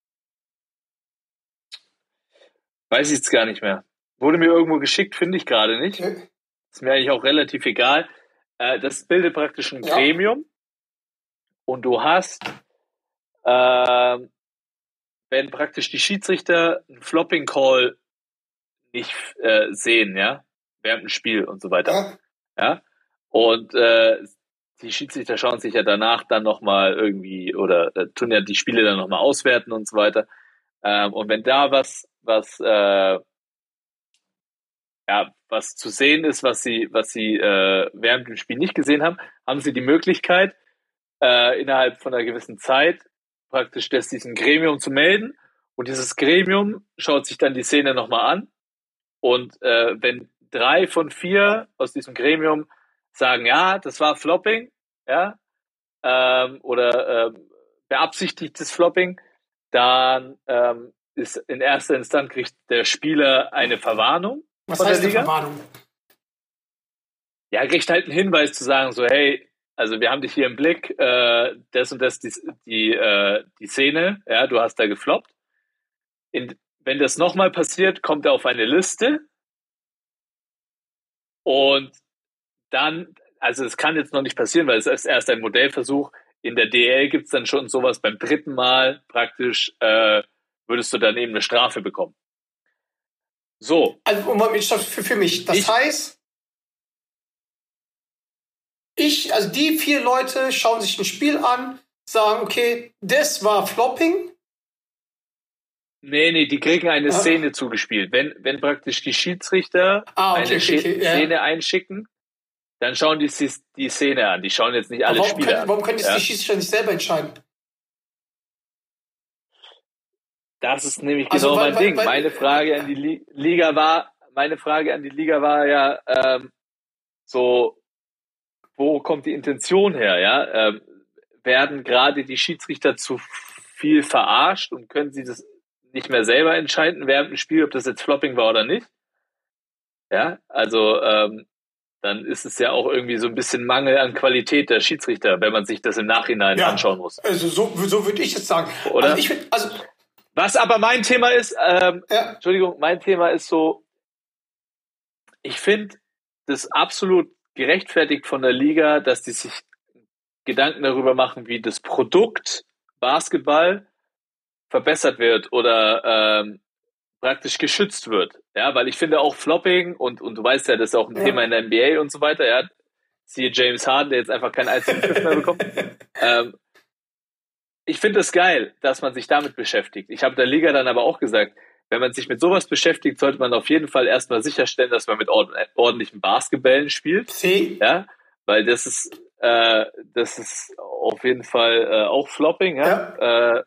Weiß ich jetzt gar nicht mehr. Wurde mir irgendwo geschickt, finde ich gerade nicht. Okay. Ist mir eigentlich auch relativ egal. Äh, das bildet praktisch ein Ja. Gremium. Und du hast, äh, wenn praktisch die Schiedsrichter einen Flopping Call nicht äh, sehen, ja, während dem Spiel und so weiter. Ja. Ja. Und äh, die Schiedsrichter schauen sich ja danach dann nochmal irgendwie oder äh, tun ja die Spiele dann nochmal auswerten und so weiter. Ähm, und wenn da was, was, äh, ja, was zu sehen ist, was sie, was sie äh, während dem Spiel nicht gesehen haben, haben sie die Möglichkeit, äh, innerhalb von einer gewissen Zeit praktisch das diesem Gremium zu melden. Und dieses Gremium schaut sich dann die Szene nochmal an. Und äh, wenn drei von vier aus diesem Gremium sagen, ja, das war Flopping, ja, ähm, oder ähm, beabsichtigtes Flopping, dann ähm, ist in erster Instanz kriegt der Spieler eine Verwarnung. Was von heißt der eine Liga. Verwarnung? Ja, er kriegt halt einen Hinweis zu sagen, so, hey, also wir haben dich hier im Blick, äh, das und das, die, die, äh, die Szene, ja, du hast da gefloppt. In, wenn das nochmal passiert, kommt er auf eine Liste und dann, also es kann jetzt noch nicht passieren, weil es ist erst ein Modellversuch. In der D L gibt es dann schon sowas, beim dritten Mal praktisch äh, würdest du dann eben eine Strafe bekommen. So. Also Moment, stopp, für, für mich. Das Ich- heißt, ich, also die vier Leute schauen sich ein Spiel an, sagen, okay, das war Flopping. Nee, nee, die kriegen eine Ah. Szene zugespielt. Wenn, wenn praktisch die Schiedsrichter Ah, okay, eine okay, Sch- okay, ja. Szene einschicken, dann schauen die sich die Szene an. Die schauen jetzt nicht alle Aber warum Spiele können, an. warum können das Ja. die Schiedsrichter nicht selber entscheiden? Das ist nämlich Also, genau weil- mein weil- Ding. weil- meine Frage an die Li- Liga war, meine Frage an die Liga war ja ähm, so, wo kommt die Intention her? Ja, ähm, werden gerade die Schiedsrichter zu viel verarscht und können sie das nicht mehr selber entscheiden während dem Spiel, ob das jetzt Flopping war oder nicht? Ja, also ähm, dann ist es ja auch irgendwie so ein bisschen Mangel an Qualität der Schiedsrichter, wenn man sich das im Nachhinein Ja. anschauen muss. Also so, so würde ich jetzt sagen. Oder? Also ich find, also Was aber mein Thema ist, ähm, ja, Entschuldigung, mein Thema ist so, ich finde das absolut gerechtfertigt von der Liga, dass die sich Gedanken darüber machen, wie das Produkt Basketball verbessert wird oder ähm, praktisch geschützt wird. Ja, weil ich finde auch Flopping und, und du weißt ja, das ist auch ein Ja. Thema in der N B A und so weiter. Ja, siehe James Harden, der jetzt einfach keinen einzigen Pfiff mehr bekommt. Ähm, ich finde es geil, dass man sich damit beschäftigt. Ich habe der Liga dann aber auch gesagt, wenn man sich mit sowas beschäftigt, sollte man auf jeden Fall erstmal sicherstellen, dass man mit ord ordentlichen Basketballen spielt. C. Ja, weil das ist, äh, das ist auf jeden Fall äh, auch Flopping. Ja. Äh,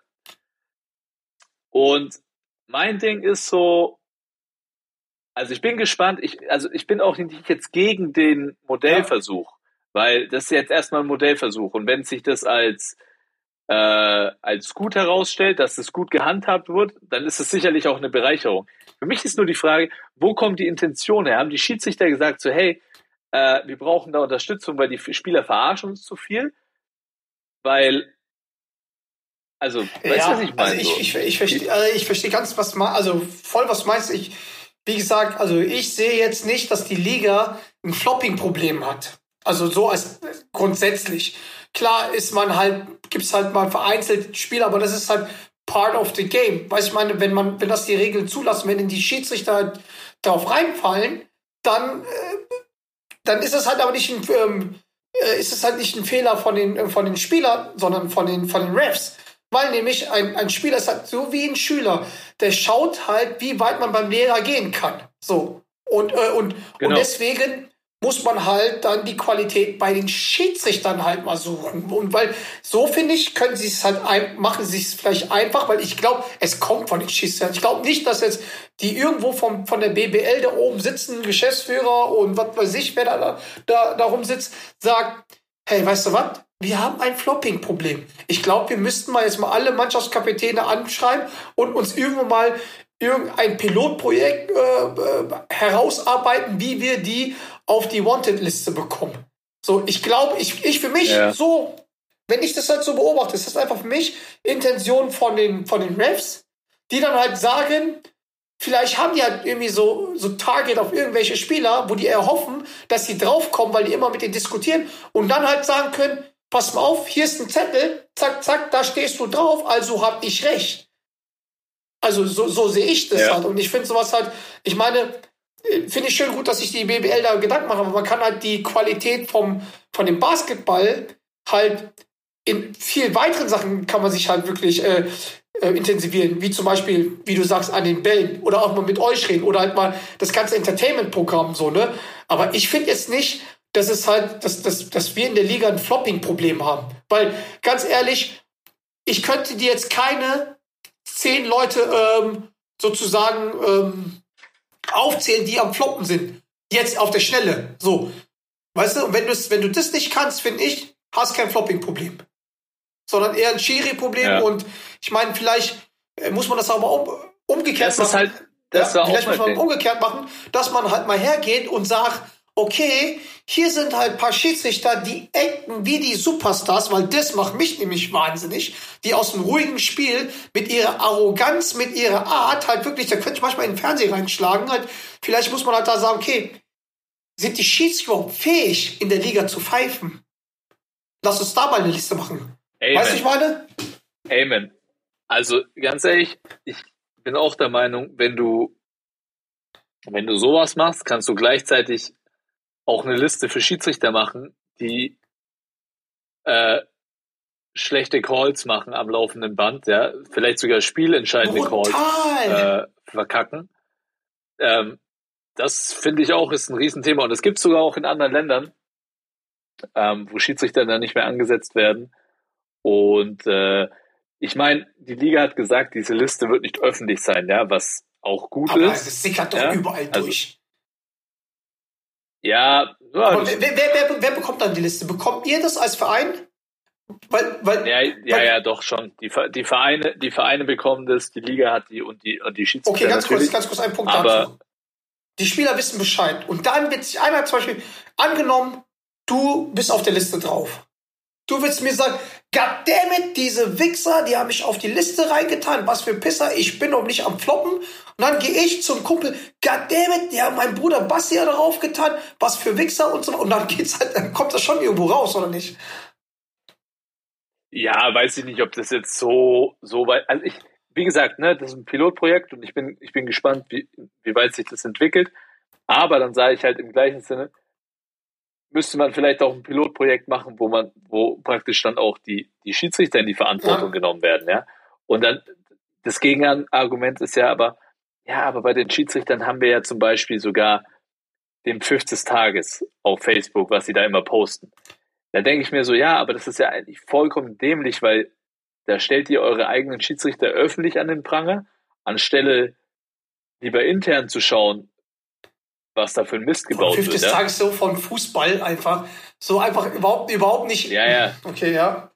und mein Ding ist so, also ich bin gespannt, ich, also ich bin auch nicht jetzt gegen den Modellversuch, weil das ist jetzt erstmal ein Modellversuch und wenn sich das als äh, als gut herausstellt, dass es gut gehandhabt wird, dann ist es sicherlich auch eine Bereicherung. Für mich ist nur die Frage, wo kommt die Intention her? Haben die Schiedsrichter gesagt so, hey, äh, wir brauchen da Unterstützung, weil die Spieler verarschen uns zu viel? Weil, also, weißt du, Ja, was ich meine? also ich, so? ich, ich verstehe also ich verstehe ganz, was ma also voll was meinst ich. Wie gesagt, also ich sehe jetzt nicht, dass die Liga ein Flopping-Problem hat. Also so als grundsätzlich. Klar ist man halt, gibt's halt mal vereinzelt Spiele, aber das ist halt part of the game. Weißt du, ich meine, wenn man, wenn das die Regeln zulassen, wenn die Schiedsrichter halt darauf reinfallen, dann, äh, dann ist es halt aber nicht ein, ähm, äh, ist es halt nicht ein Fehler von den, äh, von den Spielern, sondern von den, von den Refs. Weil nämlich ein, ein Spieler ist halt so wie ein Schüler, der schaut halt, wie weit man beim Lehrer gehen kann. So. Und, äh, und, Genau. und deswegen muss man halt dann die Qualität bei den Schiedsrichtern halt mal suchen. Und weil, so finde ich, können sie es halt ein, machen sie es vielleicht einfach, weil ich glaube, es kommt von den Schiedsrichtern. Ich glaube nicht, dass jetzt die irgendwo vom, von der B B L da oben sitzen, Geschäftsführer und was weiß ich, wer da, da, da rumsitzt, sagt, hey, weißt du was? Wir haben ein Flopping-Problem. Ich glaube, wir müssten mal jetzt mal alle Mannschaftskapitäne anschreiben und uns irgendwo mal irgendein Pilotprojekt äh, äh, herausarbeiten, wie wir die auf die Wanted-Liste bekommen. So, ich glaube, ich, ich für mich, Ja. so wenn ich das halt so beobachte, ist das einfach für mich Intention von den, von den Refs, die dann halt sagen, vielleicht haben die halt irgendwie so, so Target auf irgendwelche Spieler, wo die erhoffen, dass sie draufkommen, weil die immer mit denen diskutieren und dann halt sagen können, pass mal auf, hier ist ein Zettel, zack, zack, da stehst du drauf, also hab ich recht. Also so, so sehe ich das Ja. halt. Und ich finde sowas halt, ich meine, finde ich schön gut, dass sich die B B L da Gedanken machen, aber man kann halt die Qualität vom, von dem Basketball halt in viel weiteren Sachen kann man sich halt wirklich äh, äh, intensivieren, wie zum Beispiel, wie du sagst, an den Bällen oder auch mal mit euch reden oder halt mal das ganze Entertainment-Programm so, ne? Aber ich finde jetzt nicht, dass es halt, dass, dass, dass wir in der Liga ein Flopping-Problem haben. Weil, ganz ehrlich, ich könnte dir jetzt keine zehn Leute ähm, sozusagen ähm, aufzählen, die am Floppen sind. Jetzt auf der Schnelle. So. Weißt du, und wenn, wenn du das nicht kannst, finde ich, hast kein Flopping-Problem. Sondern eher ein Schiri-Problem. Ja. Und ich meine, vielleicht äh, muss man das aber um, umgekehrt Das machen. ist halt, das ja, war auch vielleicht muss mein man Ding. umgekehrt machen, dass man halt mal hergeht und sagt, okay, hier sind halt ein paar Schiedsrichter, die acten wie die Superstars, weil das macht mich nämlich wahnsinnig, die aus dem ruhigen Spiel mit ihrer Arroganz, mit ihrer Art halt wirklich, da könnte ich manchmal in den Fernseher reinschlagen, halt, vielleicht muss man halt da sagen, okay, sind die Schiedsrichter überhaupt fähig, in der Liga zu pfeifen? Lass uns da mal eine Liste machen. Amen. Weißt du, ich meine? Amen. Also ganz ehrlich, ich bin auch der Meinung, wenn du wenn du sowas machst, kannst du gleichzeitig auch eine Liste für Schiedsrichter machen, die äh, schlechte Calls machen am laufenden Band, ja, vielleicht sogar spielentscheidende Calls Brutal. äh, verkacken. Ähm, das finde ich auch ist ein Riesenthema und es gibt sogar auch in anderen Ländern, ähm, wo Schiedsrichter dann nicht mehr angesetzt werden. Und äh, ich meine, die Liga hat gesagt, diese Liste wird nicht öffentlich sein, ja, was auch gut Aber ist. es sickert doch ja? überall Also, durch. Ja, ja, Aber das, wer, wer, wer, wer bekommt dann die Liste? Bekommt ihr das als Verein? Weil, weil, ja, ja, weil, ja, doch schon. Die, Ver- die Vereine, die Vereine bekommen das, die Liga hat die und die und die Schiedsrichter Okay, ganz kurz, natürlich. ganz kurz ein Punkt aber dazu. Die Spieler wissen Bescheid. Und dann wird sich einer zum Beispiel angenommen, du bist auf der Liste drauf. Du willst mir sagen, goddammit, diese Wichser, die haben mich auf die Liste reingetan. Was für Pisser, ich bin noch nicht am Floppen. Und dann gehe ich zum Kumpel, goddammit, die haben meinen Bruder Basti ja darauf getan. Was für Wichser und so. Und dann geht's halt, dann kommt das schon irgendwo raus, oder nicht? ja, weiß ich nicht, ob das jetzt so so weit. Also ich, wie gesagt, ne, das ist ein Pilotprojekt und ich bin ich bin gespannt, wie wie weit sich das entwickelt. Aber dann sage ich halt im gleichen Sinne, müsste man vielleicht auch ein Pilotprojekt machen, wo man, wo praktisch dann auch die, die Schiedsrichter in die Verantwortung Ja. genommen werden, ja. Und dann, das Gegenargument ist ja aber, ja, aber bei den Schiedsrichtern haben wir ja zum Beispiel sogar den Pfiff des Tages auf Facebook, was sie da immer posten. Da denke ich mir so, ja, aber das ist ja eigentlich vollkommen dämlich, weil da stellt ihr eure eigenen Schiedsrichter öffentlich an den Pranger, anstelle lieber intern zu schauen, was da für ein Mist Von gebaut Pfiff wird. des Ja? Tages so von Fußball einfach. So einfach überhaupt, überhaupt nicht. ja, ja. Okay, ja.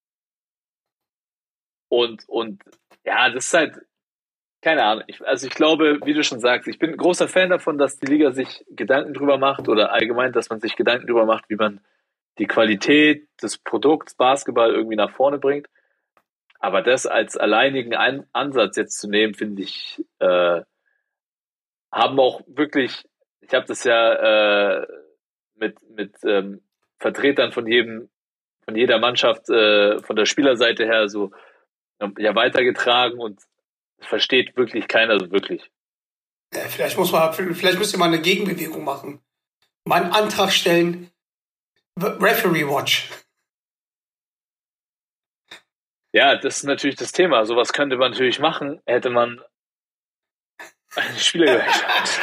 Und, und ja, das ist halt, keine Ahnung. Ich, also ich glaube, wie du schon sagst, ich bin ein großer Fan davon, dass die Liga sich Gedanken drüber macht oder allgemein, dass man sich Gedanken drüber macht, wie man die Qualität des Produkts Basketball irgendwie nach vorne bringt. Aber das als alleinigen Ein- Ansatz jetzt zu nehmen, finde ich, äh, haben auch wirklich, ich habe das ja äh, mit, mit ähm, Vertretern von jedem, von jeder Mannschaft, äh, von der Spielerseite her so ja weitergetragen und versteht wirklich keiner so wirklich. Ja, vielleicht muss man, vielleicht müsst ihr mal eine Gegenbewegung machen. Mal einen Antrag stellen. Referee Watch. Ja, das ist natürlich das Thema. Sowas könnte man natürlich machen, hätte man eine Spielergewerkschaft.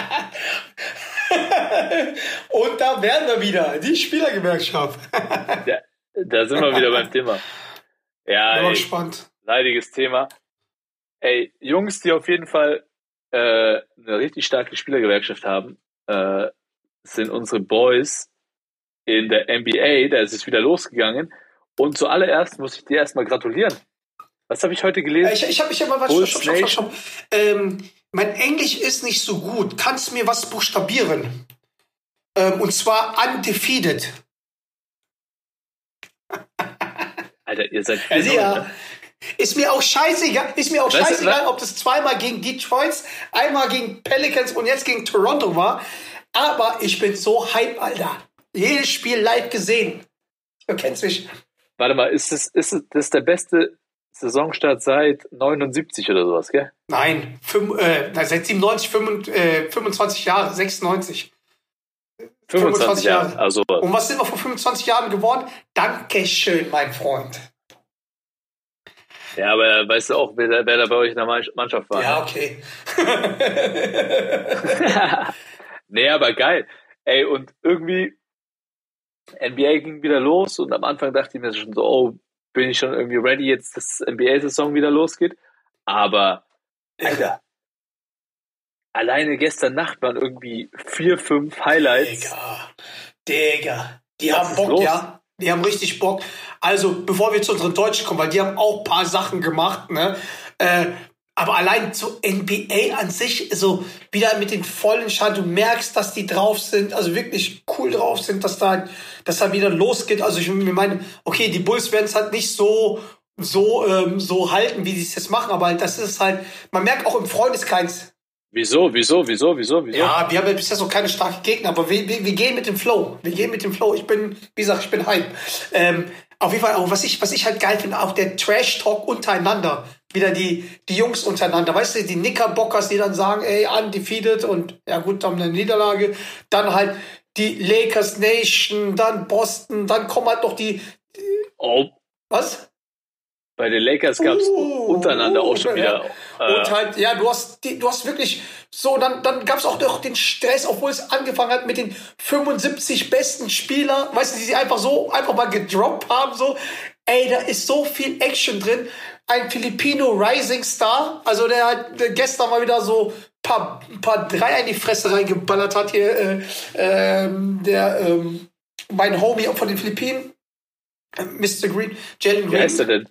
Und da wären wir wieder, die Spielergewerkschaft. Ja, da sind wir wieder beim Thema. Ja, Bin mal ey, gespannt. leidiges Thema. Ey, Jungs, die auf jeden Fall äh, eine richtig starke Spielergewerkschaft haben, äh, sind unsere Boys in der N B A. Da ist es wieder losgegangen. Und zuallererst muss ich dir erstmal gratulieren. Was habe ich heute gelesen? Ich, ich habe mich aber was. Bulls Stopp, stopp, stopp, Nation. stopp. Ähm, mein Englisch ist nicht so gut. Kannst du mir was buchstabieren? Ähm, und zwar undefeated. Alter, ihr seid Also, vier null, ja. ne? Ist mir auch scheißegal, ist mir auch Weißt du, scheißegal, wa- ob das zweimal gegen Detroit, einmal gegen Pelicans und jetzt gegen Toronto war. Aber ich bin so hype, Alter. Jedes Spiel live gesehen. Du kennst mich. Warte mal, ist das, ist das das ist der beste Saisonstart seit neunundsiebzig oder sowas, gell? Nein, fünf, äh, na, seit siebenundneunzig, fünf, äh, fünfundzwanzig Jahre, sechsundneunzig. fünfundzwanzig Jahre. Jahre. Also, Und was sind wir vor fünfundzwanzig Jahren geworden? Dankeschön, mein Freund. ja, aber weißt du auch, wer, da- wer da bei euch in der Mann- Mannschaft war? Ja, okay. Nee, aber geil. Ey, und irgendwie N B A ging wieder los und am Anfang dachte ich mir schon so, oh, bin ich schon irgendwie ready, jetzt dass N B A-Saison wieder losgeht. Aber, Alter, alleine gestern Nacht waren irgendwie vier, fünf Highlights. Digga, Digga. Die Was haben ist Bock, los? ja. Die haben richtig Bock. Also, bevor wir zu unseren Deutschen kommen, weil die haben auch ein paar Sachen gemacht, ne? Äh, aber allein so N B A an sich, so wieder mit den vollen Schein, du merkst, dass die drauf sind, also wirklich cool drauf sind, dass da, dass da wieder losgeht. Also ich meine, okay, die Bulls werden es halt nicht so, so, ähm, so halten, wie sie es jetzt machen, aber das ist halt, man merkt auch im Freundeskreis, Wieso, wieso, wieso, wieso, wieso? ja, wir haben ja bisher so keine starken Gegner, aber wir, wir, wir gehen mit dem Flow. Wir gehen mit dem Flow. Ich bin, wie gesagt, ich bin hype. Ähm, auf jeden Fall, auch was ich, was ich halt geil finde, auch der Trash-Talk untereinander. Wieder die, die Jungs untereinander. Weißt du, die Knickerbockers, die dann sagen, ey, undefeated und, ja gut, haben eine Niederlage. Dann halt die Lakers Nation, dann Boston, dann kommen halt noch die, Oh, was? bei den Lakers gab es Uh, untereinander uh, auch schon wieder. ja. Äh, Und halt, ja, du hast, die, du hast wirklich so, dann, dann gab es auch noch den Stress, obwohl es angefangen hat mit den fünfundsiebzig besten Spielern, weißt du, die sie einfach so, einfach mal gedroppt haben, so. Ey, da ist so viel Action drin. Ein Filipino Rising Star, also der hat der gestern mal wieder so paar, paar Dreier in die Fresse reingeballert hat hier, äh, ähm, der, ähm, mein Homie von den Philippinen, äh, Mister Green, Jalen wie heißt der Green. denn?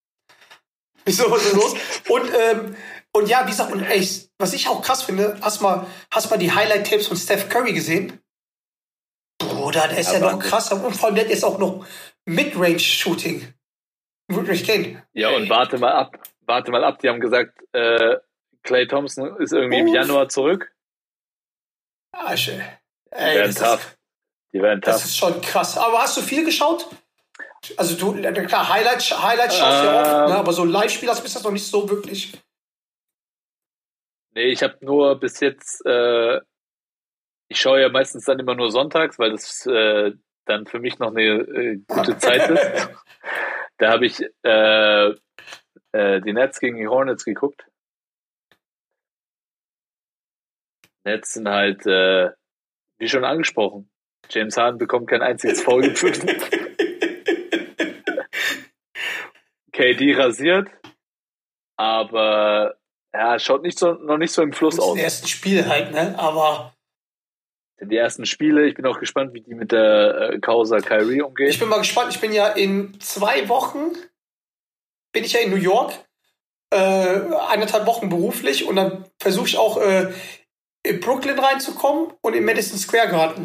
Wieso, was ist los? Und, ähm, und ja, wie gesagt, und ey, was ich auch krass finde, hast mal, hast mal die Highlight-Tapes von Steph Curry gesehen? Bruder, der ist ja, Ja, noch Wahnsinn. krasser. Und vor allem, der hat jetzt auch noch Midrange-Shooting. Wirklich gehen. Ja, und warte mal ab. Warte mal ab. Die haben gesagt, äh, Klay Thompson ist irgendwie im Uff. Januar zurück. Asche. Die Ey, werden das, tough. ist, Die werden das tough. ist schon krass. Aber hast du viel geschaut? Also du, na klar, Highlights, Highlights schaust du ja oft, Ähm. ne? Aber so Live-Spiel hast du bis jetzt noch nicht so wirklich. Nee, ich habe nur bis jetzt, äh, ich schaue ja meistens dann immer nur sonntags, weil das äh, dann für mich noch eine äh, gute Zeit ist. Da habe ich äh, äh, die Nets gegen die Hornets geguckt. Nets sind halt, äh, wie schon angesprochen, James Harden bekommt kein einziges Foul gepfiffen. K D rasiert, aber ja, schaut nicht so, noch nicht so im Fluss Das aus. ersten Spiel halt, ne? Aber Die ersten Spiele, ich bin auch gespannt, wie die mit der äh, Causa Kyrie umgehen. ich bin mal gespannt. Ich bin ja in zwei Wochen, bin ich ja in New York, äh, eineinhalb Wochen beruflich und dann versuche ich auch äh, in Brooklyn reinzukommen und im Madison Square Garden.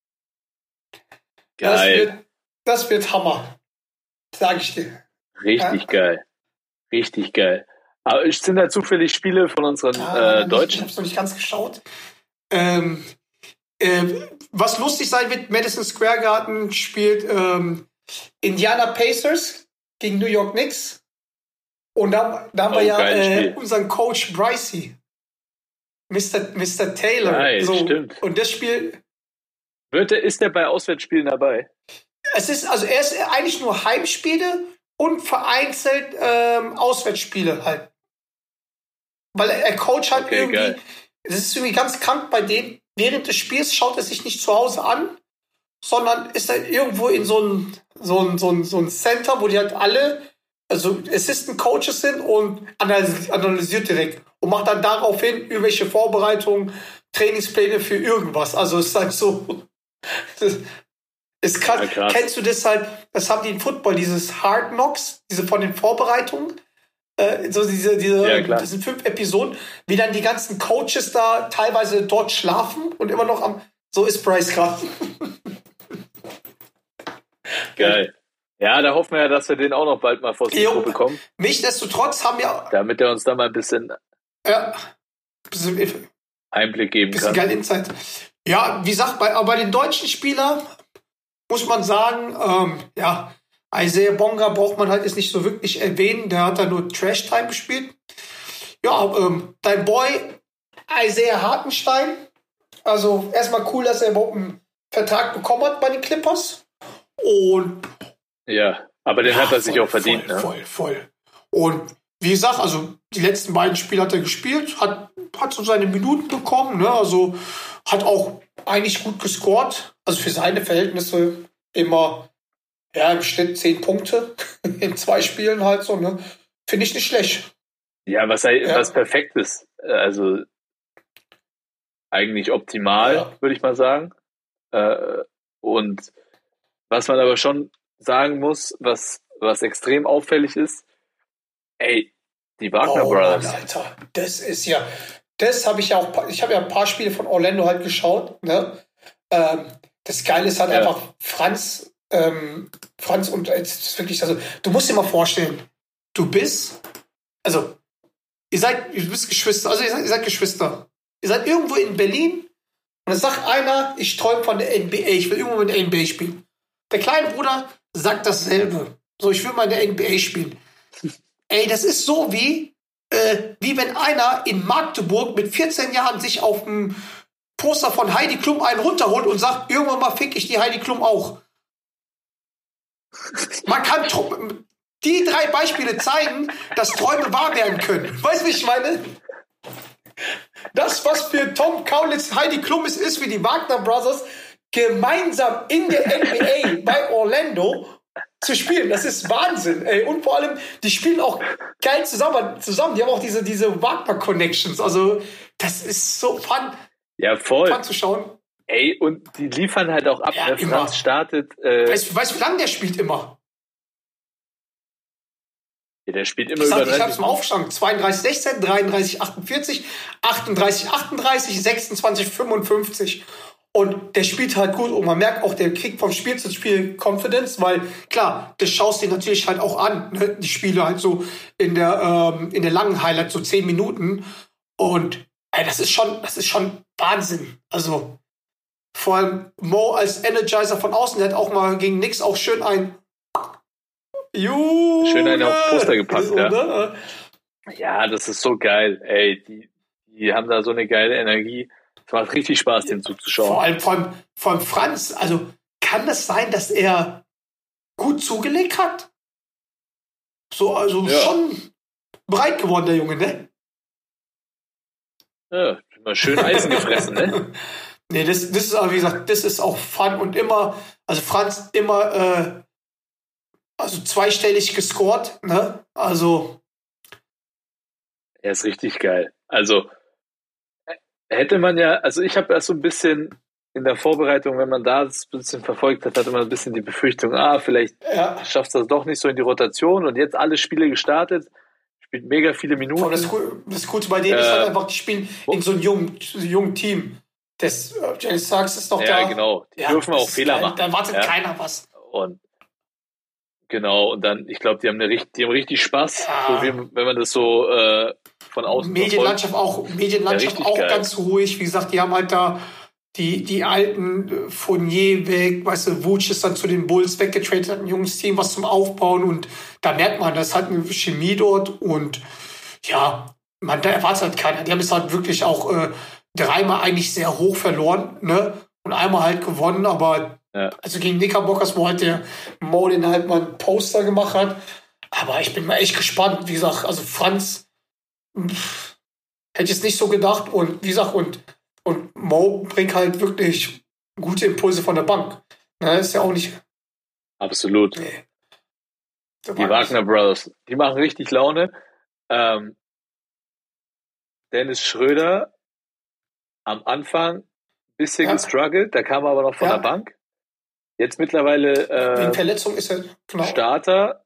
Das Geil, wird, das wird Hammer. Sag ich dir. richtig Ja. geil, richtig geil. Aber es sind halt zufällig Spiele von unseren Ah, äh, Ich Deutschen. habe es noch nicht ganz geschaut. Ähm, ähm, was lustig sein wird, Madison Square Garden spielt ähm, Indiana Pacers gegen New York Knicks. Und da, da haben Oh, wir ja geiles äh, Spiel. unseren Coach Bricey. Mister Mister Taylor. Geil, so. stimmt. Und das Spiel, Wird der, ist der bei Auswärtsspielen dabei? es ist, also er ist eigentlich nur Heimspiele und vereinzelt ähm, Auswärtsspiele halt. Weil er, er coacht halt Okay, irgendwie, geil. das ist irgendwie ganz krank bei dem, während des Spiels schaut er sich nicht zu Hause an, sondern ist er irgendwo in so ein, so ein, so ein, so ein Center, wo die halt alle, also Assistant Coaches sind und analysiert, analysiert direkt und macht dann daraufhin irgendwelche Vorbereitungen, Trainingspläne für irgendwas. Also es ist halt so, das ist krass. Ja, krass. Kennst du das halt, das haben die im Football, dieses Hard Knocks, diese von den Vorbereitungen, äh, so diese, diese, Ja, klar. das sind fünf Episoden, wie dann die ganzen Coaches da teilweise dort schlafen und immer noch am, so ist Bryce gerade. Geil. Ja, da hoffen wir ja, dass wir den auch noch bald mal vors Mikro Jo. bekommen, Nichtsdestotrotz haben wir damit er uns da mal ein bisschen ja, bisschen, bisschen Einblick geben kann. geil Insight. Ja, wie gesagt, bei, aber bei den deutschen Spielern muss man sagen, ähm, ja, Isaiah Bonga braucht man halt jetzt nicht so wirklich erwähnen. Der hat da nur Trash-Time gespielt. Ja, ähm, dein Boy Isaiah Hartenstein. Also erstmal cool, dass er überhaupt einen Vertrag bekommen hat bei den Clippers. Und Ja, aber den ja, hat er sich voll, auch verdient. Voll, ne? voll, voll. Und wie gesagt, also die letzten beiden Spiele hat er gespielt, hat, hat so seine Minuten bekommen, ne? Also hat auch eigentlich gut gescored. Also für seine Verhältnisse immer ja, im Schnitt zehn Punkte in zwei Spielen halt so, ne? Finde ich nicht schlecht. Ja, was, er- Ja. was perfekt ist. Also eigentlich optimal, Ja. würde ich mal sagen. Äh, und was man aber schon sagen muss, was, was extrem auffällig ist, ey, die Wagner Oh, Brothers. Mann, Alter, das ist ja, das habe ich ja auch, ich habe ja ein paar Spiele von Orlando halt geschaut, ne? Ähm, das Geile ist halt Ja. einfach Franz, ähm, Franz und es ist wirklich, also du musst dir mal vorstellen, du bist, also ihr seid, ihr bist Geschwister, also ihr seid, ihr seid Geschwister, ihr seid irgendwo in Berlin und dann sagt einer, ich träume von der N B A, ich will irgendwo in der N B A spielen. Der kleine Bruder sagt dasselbe, so ich will mal in der N B A spielen. Ey, das ist so wie, äh, wie wenn einer in Magdeburg mit vierzehn Jahren sich auf dem Poster von Heidi Klum einen runterholt und sagt, irgendwann mal fick ich die Heidi Klum auch. Man kann tr- die drei Beispiele zeigen, dass Träume wahr werden können. Weißt du, wie ich meine? Das, was für Tom Kaulitz Heidi Klum ist, ist wie die Wagner Brothers gemeinsam in der N B A bei Orlando zu spielen. Das ist Wahnsinn, ey. Und vor allem, die spielen auch geil zusammen. zusammen. Die haben auch diese, diese Wagner-Connections. Also, das ist so fun, Ja, voll. fun zu schauen. Ey, und die liefern halt auch ab. Ja, ne? immer. Franz startet, äh, Weißt du, wie lange der spielt immer? der spielt immer Ich, über sag, ich hab's dreißig. mal aufgeschrieben. zweiunddreißig sechzehn, dreiunddreißig achtundvierzig, achtunddreißig achtunddreißig, sechsundzwanzig fünfundfünfzig. Und der spielt halt gut und man merkt auch, der kriegt vom Spiel zu Spiel Confidence, weil klar, das schaust du dir natürlich halt auch an, ne? Die Spiele halt so in der, ähm, in der langen Highlight, so zehn Minuten. Und ey, das ist schon, das ist schon Wahnsinn. Also vor allem Mo als Energizer von außen, der hat auch mal gegen Nix auch schön ein Junge! Schön einen auf Poster gepackt, so, ja. ne? Ja, das ist so geil. Ey, die, die haben da so eine geile Energie. Es macht richtig Spaß, den zuzuschauen. Vor allem von, von Franz, also kann das sein, dass er gut zugelegt hat? So, also Ja. schon breit geworden, der Junge, ne? Ja, immer schön Eisen gefressen, ne? Nee, das, das ist aber, wie gesagt, das ist auch Fun und immer, also Franz immer, äh, also zweistellig gescored, ne? Also, Er ist richtig geil. Also äh, hätte man ja, also ich habe erst so ein bisschen in der Vorbereitung, wenn man da das ein bisschen verfolgt hat, hatte man ein bisschen die Befürchtung, ah, vielleicht ja. schafft das doch nicht so in die Rotation und jetzt alle Spiele gestartet, spielt mega viele Minuten. Aber das, Cool- das Gute bei denen ist Äh, halt einfach, die spielen in so einem jungen, so einem jungen Team. Das, äh, Jalen Sachs ist doch ja, da. genau. Die Ja, dürfen das auch ist Fehler geil. machen. Da erwartet ja. keiner was. Und genau, und dann, ich glaube, die haben eine richtig, die haben richtig Spaß, Ja. so wie, wenn man das so äh, von außen verfolgt. Medienlandschaft auch, Medienlandschaft Ja, richtig auch geil. ganz ruhig. Wie gesagt, die haben halt da die, die alten äh, Fournier weg, weißt du, Vooch ist dann zu den Bulls weggetradet, hat ein junges Team, was zum Aufbauen und da merkt man, das hat eine Chemie dort und ja, man, da erwartet halt keiner. Die haben es halt wirklich auch äh, dreimal eigentlich sehr hoch verloren, ne? Und einmal halt gewonnen, aber Ja. also gegen Knickerbockers, wo halt der Mo den halt mal ein Poster gemacht hat. Aber ich bin mal echt gespannt, wie gesagt, also Franz pff, hätte ich es nicht so gedacht und wie gesagt, und, und Mo bringt halt wirklich gute Impulse von der Bank. Ne, ist ja auch nicht. Absolut. Nee. Die Wagner Brothers, die machen richtig Laune. Ähm, Dennis Schröder am Anfang ein bisschen Ja. gestruggelt, da kam er aber noch von Ja. der Bank. Jetzt mittlerweile Wegen äh, Verletzung ist er genau. Starter,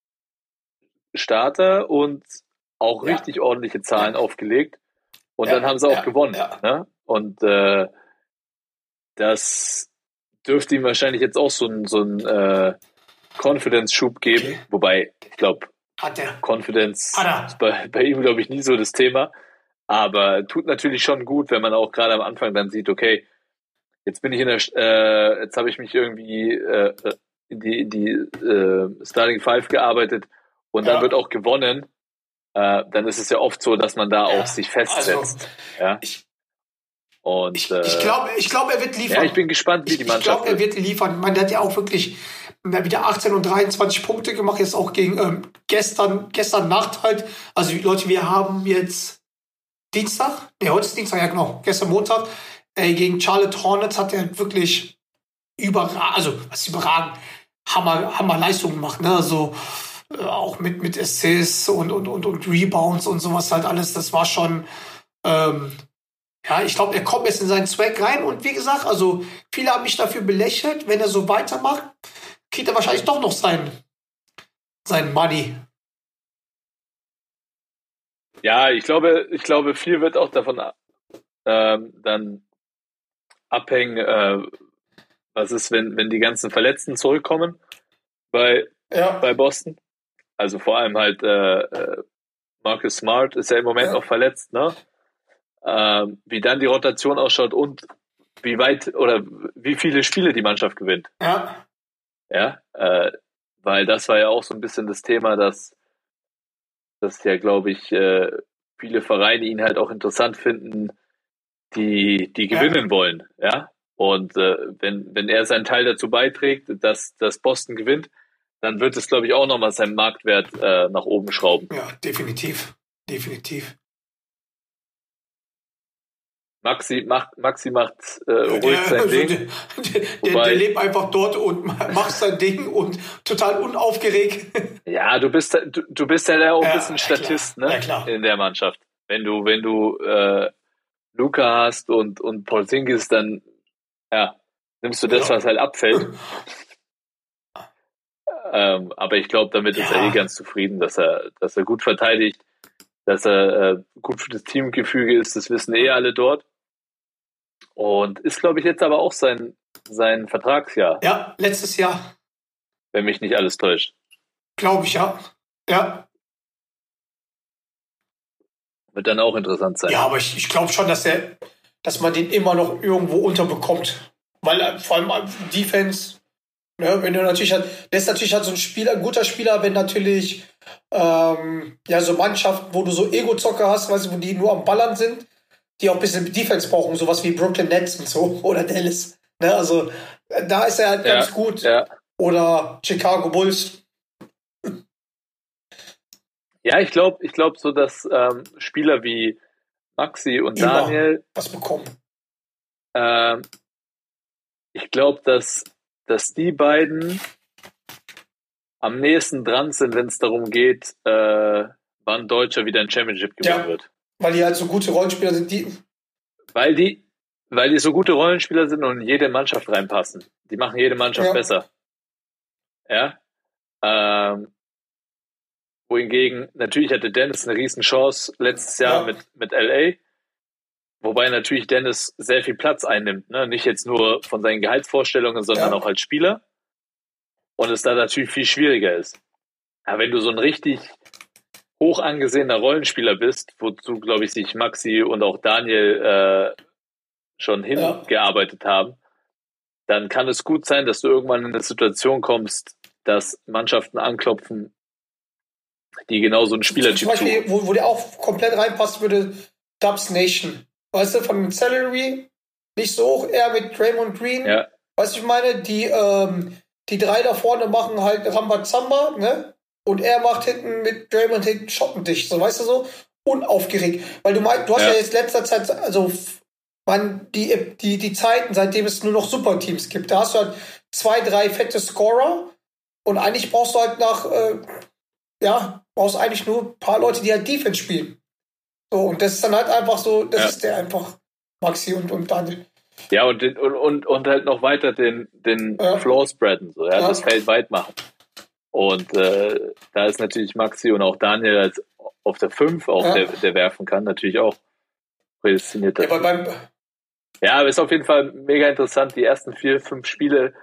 Starter und auch Ja. richtig ordentliche Zahlen Ja. aufgelegt. Und Ja, dann haben sie auch ja, gewonnen. ja. Ne? Und äh, das dürfte ihm wahrscheinlich jetzt auch so ein, so ein äh, Confidence-Schub geben. Okay. Wobei, ich glaube, Hat der. Confidence Hat er. ist bei, bei ihm, glaube ich, nie so das Thema. Aber tut natürlich schon gut, wenn man auch gerade am Anfang dann sieht, okay, jetzt bin ich in der, äh, jetzt habe ich mich irgendwie äh, in die, in die äh, Starting Five gearbeitet und dann Ja. wird auch gewonnen. Äh, dann ist es ja oft so, dass man da Ja. auch sich festsetzt. Also, ja. ich- Und Ich, äh, ich glaube, ich glaub, er wird liefern. ja, ich bin gespannt, wie Ich, die ich Mannschaft glaube, er wird liefern. Man, der hat ja auch wirklich na, wieder achtzehn und dreiundzwanzig Punkte gemacht, jetzt auch gegen ähm, gestern, gestern Nacht halt. Also Leute, wir haben jetzt Dienstag, ne, heute ist Dienstag, ja genau, gestern Montag, äh, gegen Charlotte Hornets hat er wirklich überragend, also was überragend, Hammer, Hammer Leistung gemacht, ne, also äh, auch mit, mit Assists und, und, und, und Rebounds und sowas halt alles, das war schon, ähm, ja, ich glaube, er kommt jetzt in seinen Zweck rein und wie gesagt, also viele haben mich dafür belächelt, wenn er so weitermacht, kriegt er wahrscheinlich doch noch sein, sein Money. Ja, ich glaube, ich glaube, viel wird auch davon ähm, dann abhängen, äh, was ist, wenn, wenn die ganzen Verletzten zurückkommen bei, Ja, bei Boston. Also vor allem halt äh, äh, Marcus Smart ist ja im Moment Ja. noch verletzt, ne? Ähm, wie dann die Rotation ausschaut und wie weit oder wie viele Spiele die Mannschaft gewinnt. ja, Ja, äh, weil das war ja auch so ein bisschen das Thema, dass, dass ja, glaube ich, äh, viele Vereine ihn halt auch interessant finden, die, die Ja. gewinnen wollen. Ja, und äh, wenn, wenn er seinen Teil dazu beiträgt, dass, dass Boston gewinnt, dann wird es, glaube ich, auch nochmal seinen Marktwert äh, nach oben schrauben. ja, definitiv, definitiv. Maxi macht, Maxi macht äh, ruhig Der, sein also Ding. der, der, der, Wobei- der lebt einfach dort und macht sein Ding und total unaufgeregt. Ja, du bist du, du bist ja da auch ein Ja, bisschen ja, klar. Statist, Ja, ne? klar. In der Mannschaft. Wenn du, wenn du äh, Luka hast und, und Porzingis, dann ja, nimmst du das, Ja. was halt abfällt. ähm, aber ich glaube, damit ist er Ja. eh ganz zufrieden, dass er, dass er gut verteidigt, dass er äh, gut für das Teamgefüge ist, das wissen eh alle dort. Und ist, glaube ich, jetzt aber auch sein, sein Vertragsjahr, Ja, letztes Jahr, wenn mich nicht alles täuscht. glaube ich, ja. Ja, Wird dann auch interessant sein. ja, aber ich, ich glaube schon, dass er, dass man den immer noch irgendwo unterbekommt. Weil äh, vor allem äh, Defense, ne, wenn du natürlich halt, der ist natürlich halt so ein Spieler, ein guter Spieler, wenn natürlich ähm, ja so Mannschaften, wo du so Ego-Zocker hast, weißt du, wo die nur am Ballern sind, die auch ein bisschen Defense brauchen, sowas wie Brooklyn Nets und so oder Dallas. Ne, also äh, da ist er halt Ja, ganz gut. ja. Oder Chicago Bulls. Ja, ich glaube, ich glaube so, dass ähm, Spieler wie Maxi und Immer. Daniel, Was bekommen. ähm, ich glaube, dass, dass die beiden am nächsten dran sind, wenn es darum geht, äh, wann Deutscher wieder ein Championship gewinnen Ja. wird. Weil die halt so gute Rollenspieler sind, die. Weil die, weil die so gute Rollenspieler sind und in jede Mannschaft reinpassen. Die machen jede Mannschaft Ja. besser. Ja. Ähm, wohingegen, natürlich hatte Dennis eine riesen Chance letztes Jahr Ja. mit, mit L A. Wobei natürlich Dennis sehr viel Platz einnimmt, ne? Nicht jetzt nur von seinen Gehaltsvorstellungen, sondern Ja. auch als Spieler. Und es da natürlich viel schwieriger ist. Aber wenn du so ein richtig hoch angesehener Rollenspieler bist, wozu, glaube ich, sich Maxi und auch Daniel äh, schon hingearbeitet haben, dann kann es gut sein, dass du irgendwann in eine Situation kommst, dass Mannschaften anklopfen, die genau so einen Zum Spielertyp Beispiel, suchen. wo, wo der auch komplett reinpassen würde, Dubs Nation. Weißt du, von dem Salary nicht so hoch, eher mit Draymond Green. Ja, Weißt du, ich meine, die, ähm, die drei da vorne machen halt Rambazamba, ne? Und er macht hinten mit Draymond hinten schottendicht, so, weißt du, so unaufgeregt. Weil du meinst, du hast ja, Ja. jetzt letzter Zeit, also f- man, die, die, die Zeiten, seitdem es nur noch Superteams gibt, da hast du halt zwei, drei fette Scorer und eigentlich brauchst du halt nach, äh, ja, brauchst eigentlich nur ein paar Leute, die halt Defense spielen. So, und das ist dann halt einfach so, das Ja. ist der einfach Maxi und, und Daniel. ja und, den, und, und, und halt noch weiter den, den Ja. Floor spreaden, so, ja, Ja. das Feld weit machen. Und äh, da ist natürlich Maxi und auch Daniel als auf der fünf, auch Ja. der, der werfen kann, natürlich auch prädestiniert Ja, dafür. aber beim, Ja, aber ist auf jeden Fall mega interessant. Die ersten vier, fünf Spiele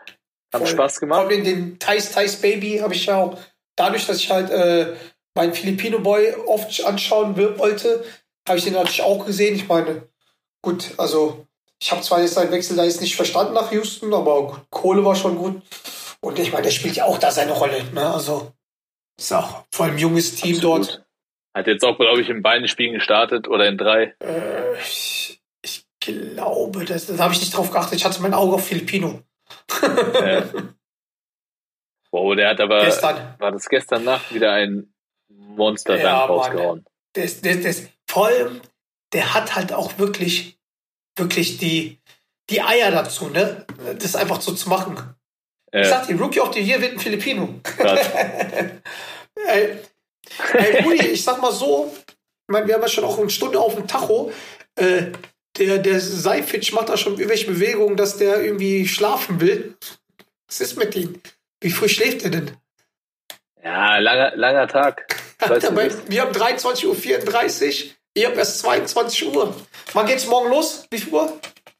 Haben Voll. Spaß Vor gemacht. allem den Thais Thais Baby habe ich ja auch, dadurch, dass ich halt äh, meinen Filipino Boy oft anschauen will- wollte, habe ich den natürlich auch gesehen. Ich meine, gut, also ich habe zwar jetzt seinen Wechsel da jetzt nicht verstanden nach Houston, aber gut, Kohle war schon gut. Und ich meine, der spielt ja auch da seine Rolle. Ne? Also ist auch vor allem junges Team Absolut. dort. Hat jetzt auch, glaube ich, in beiden Spielen gestartet oder in drei. Äh, ich, ich glaube, das, da habe ich nicht drauf geachtet. Ich hatte mein Auge auf Filipino. Äh, wow, der hat aber, Gestern. war das gestern Nacht wieder ein Monster Ja, Dunk rausgehauen. Das, das, das, vor allem, der hat halt auch wirklich, wirklich die, die Eier dazu, ne? Das einfach so zu machen. Ich Äh, sag dir, Rookie of the Year wird ein Filipino. krass. ey, ey, Rudi, ich sag mal so, ich meine, wir haben ja schon auch eine Stunde auf dem Tacho. Äh, der, der Seific macht da schon irgendwelche Bewegungen, dass der irgendwie schlafen will. Was ist mit ihm? Wie früh schläft er denn? Ja, langer, langer Tag. Weißt Alter, du bei, das? wir haben dreiundzwanzig Uhr vierunddreißig, ihr habt erst zweiundzwanzig Uhr. Wann geht's morgen los? Wie viel Uhr?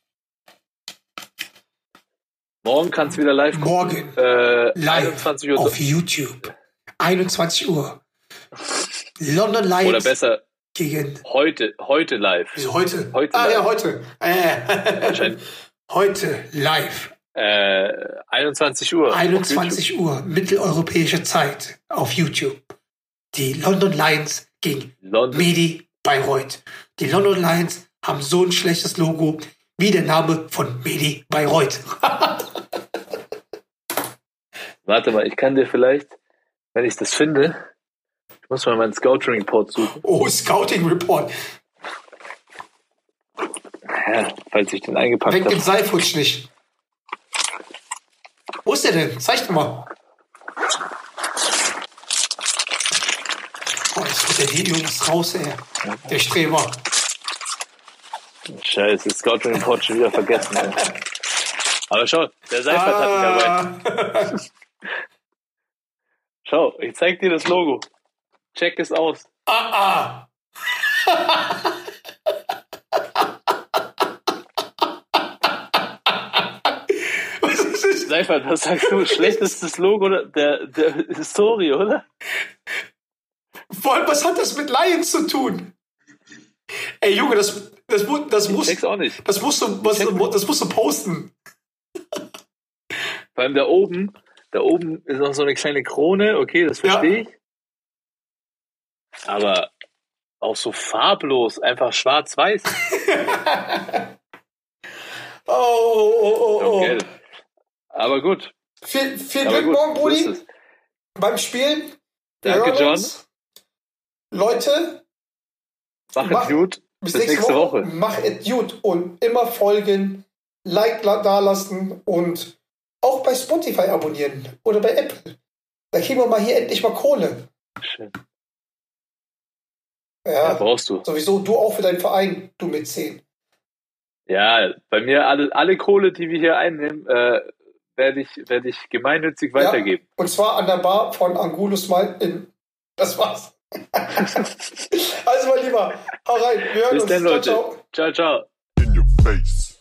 Morgen kannst du wieder live gucken. Morgen. Äh, Live einundzwanzig Uhr. auf YouTube. einundzwanzig Uhr. London Lions Oder besser, gegen... heute, heute live. Wieso heute? Heute ah live. ja, heute. Äh, Wahrscheinlich. heute live. Äh, einundzwanzig Uhr. auf einundzwanzig Uhr mitteleuropäische Zeit auf YouTube. Die London Lions gegen YouTube. London. Medi Bayreuth. Die London Lions haben so ein schlechtes Logo wie der Name von Medi Bayreuth. Warte mal, ich kann dir vielleicht, wenn ich das finde, ich muss mal meinen Scouting Report suchen. Oh, Scouting Report. Ja, falls ich den eingepackt Weg habe. mit Seifutsch nicht. Wo ist der denn? Zeig doch mal. Oh, jetzt holt der die Jungs raus, ey. Der Streber. Scheiße, Scouting Report schon wieder vergessen. Ey. Aber schau, der Seifert hat ihn dabei. Ah. Schau, ich zeig dir das Logo. Check es aus. Ah, ah. Was ist das? Seifert, was sagst du? Schlechtestes Logo der, der Historie, oder? Vor allem, was hat das mit Lions zu tun? Ey, Junge, das, das, mu- das, Ich musst, check's auch nicht. das, musst du, was, das musst du posten. Vor allem da oben, da oben ist noch so eine kleine Krone, okay, das verstehe ich. Aber auch so farblos, einfach schwarz-weiß. Oh, oh, oh, oh. Okay. Aber gut. Viel, viel Aber Glück gut, morgen, so ist Brudi, es. beim Spielen. Wir Danke, hören John. uns. Leute, Mach Mach- es gut. bis, Bis nächste, nächste Woche. Woche. Mach es gut und immer folgen, Like la- dalassen und auch bei Spotify abonnieren oder bei Apple. Da kriegen wir mal hier endlich mal Kohle. Schön. Ja, Ja, brauchst du. sowieso du auch für deinen Verein, du mit zehn. Ja, bei mir alle, alle Kohle, die wir hier einnehmen, äh, werde ich, werde ich gemeinnützig weitergeben. Ja, und zwar an der Bar von Angulus mal in. Das war's. Also, mein Lieber, hau rein. Wir hören Bis uns. dann, Ciao, Leute. ciao. Ciao, ciao. In your face.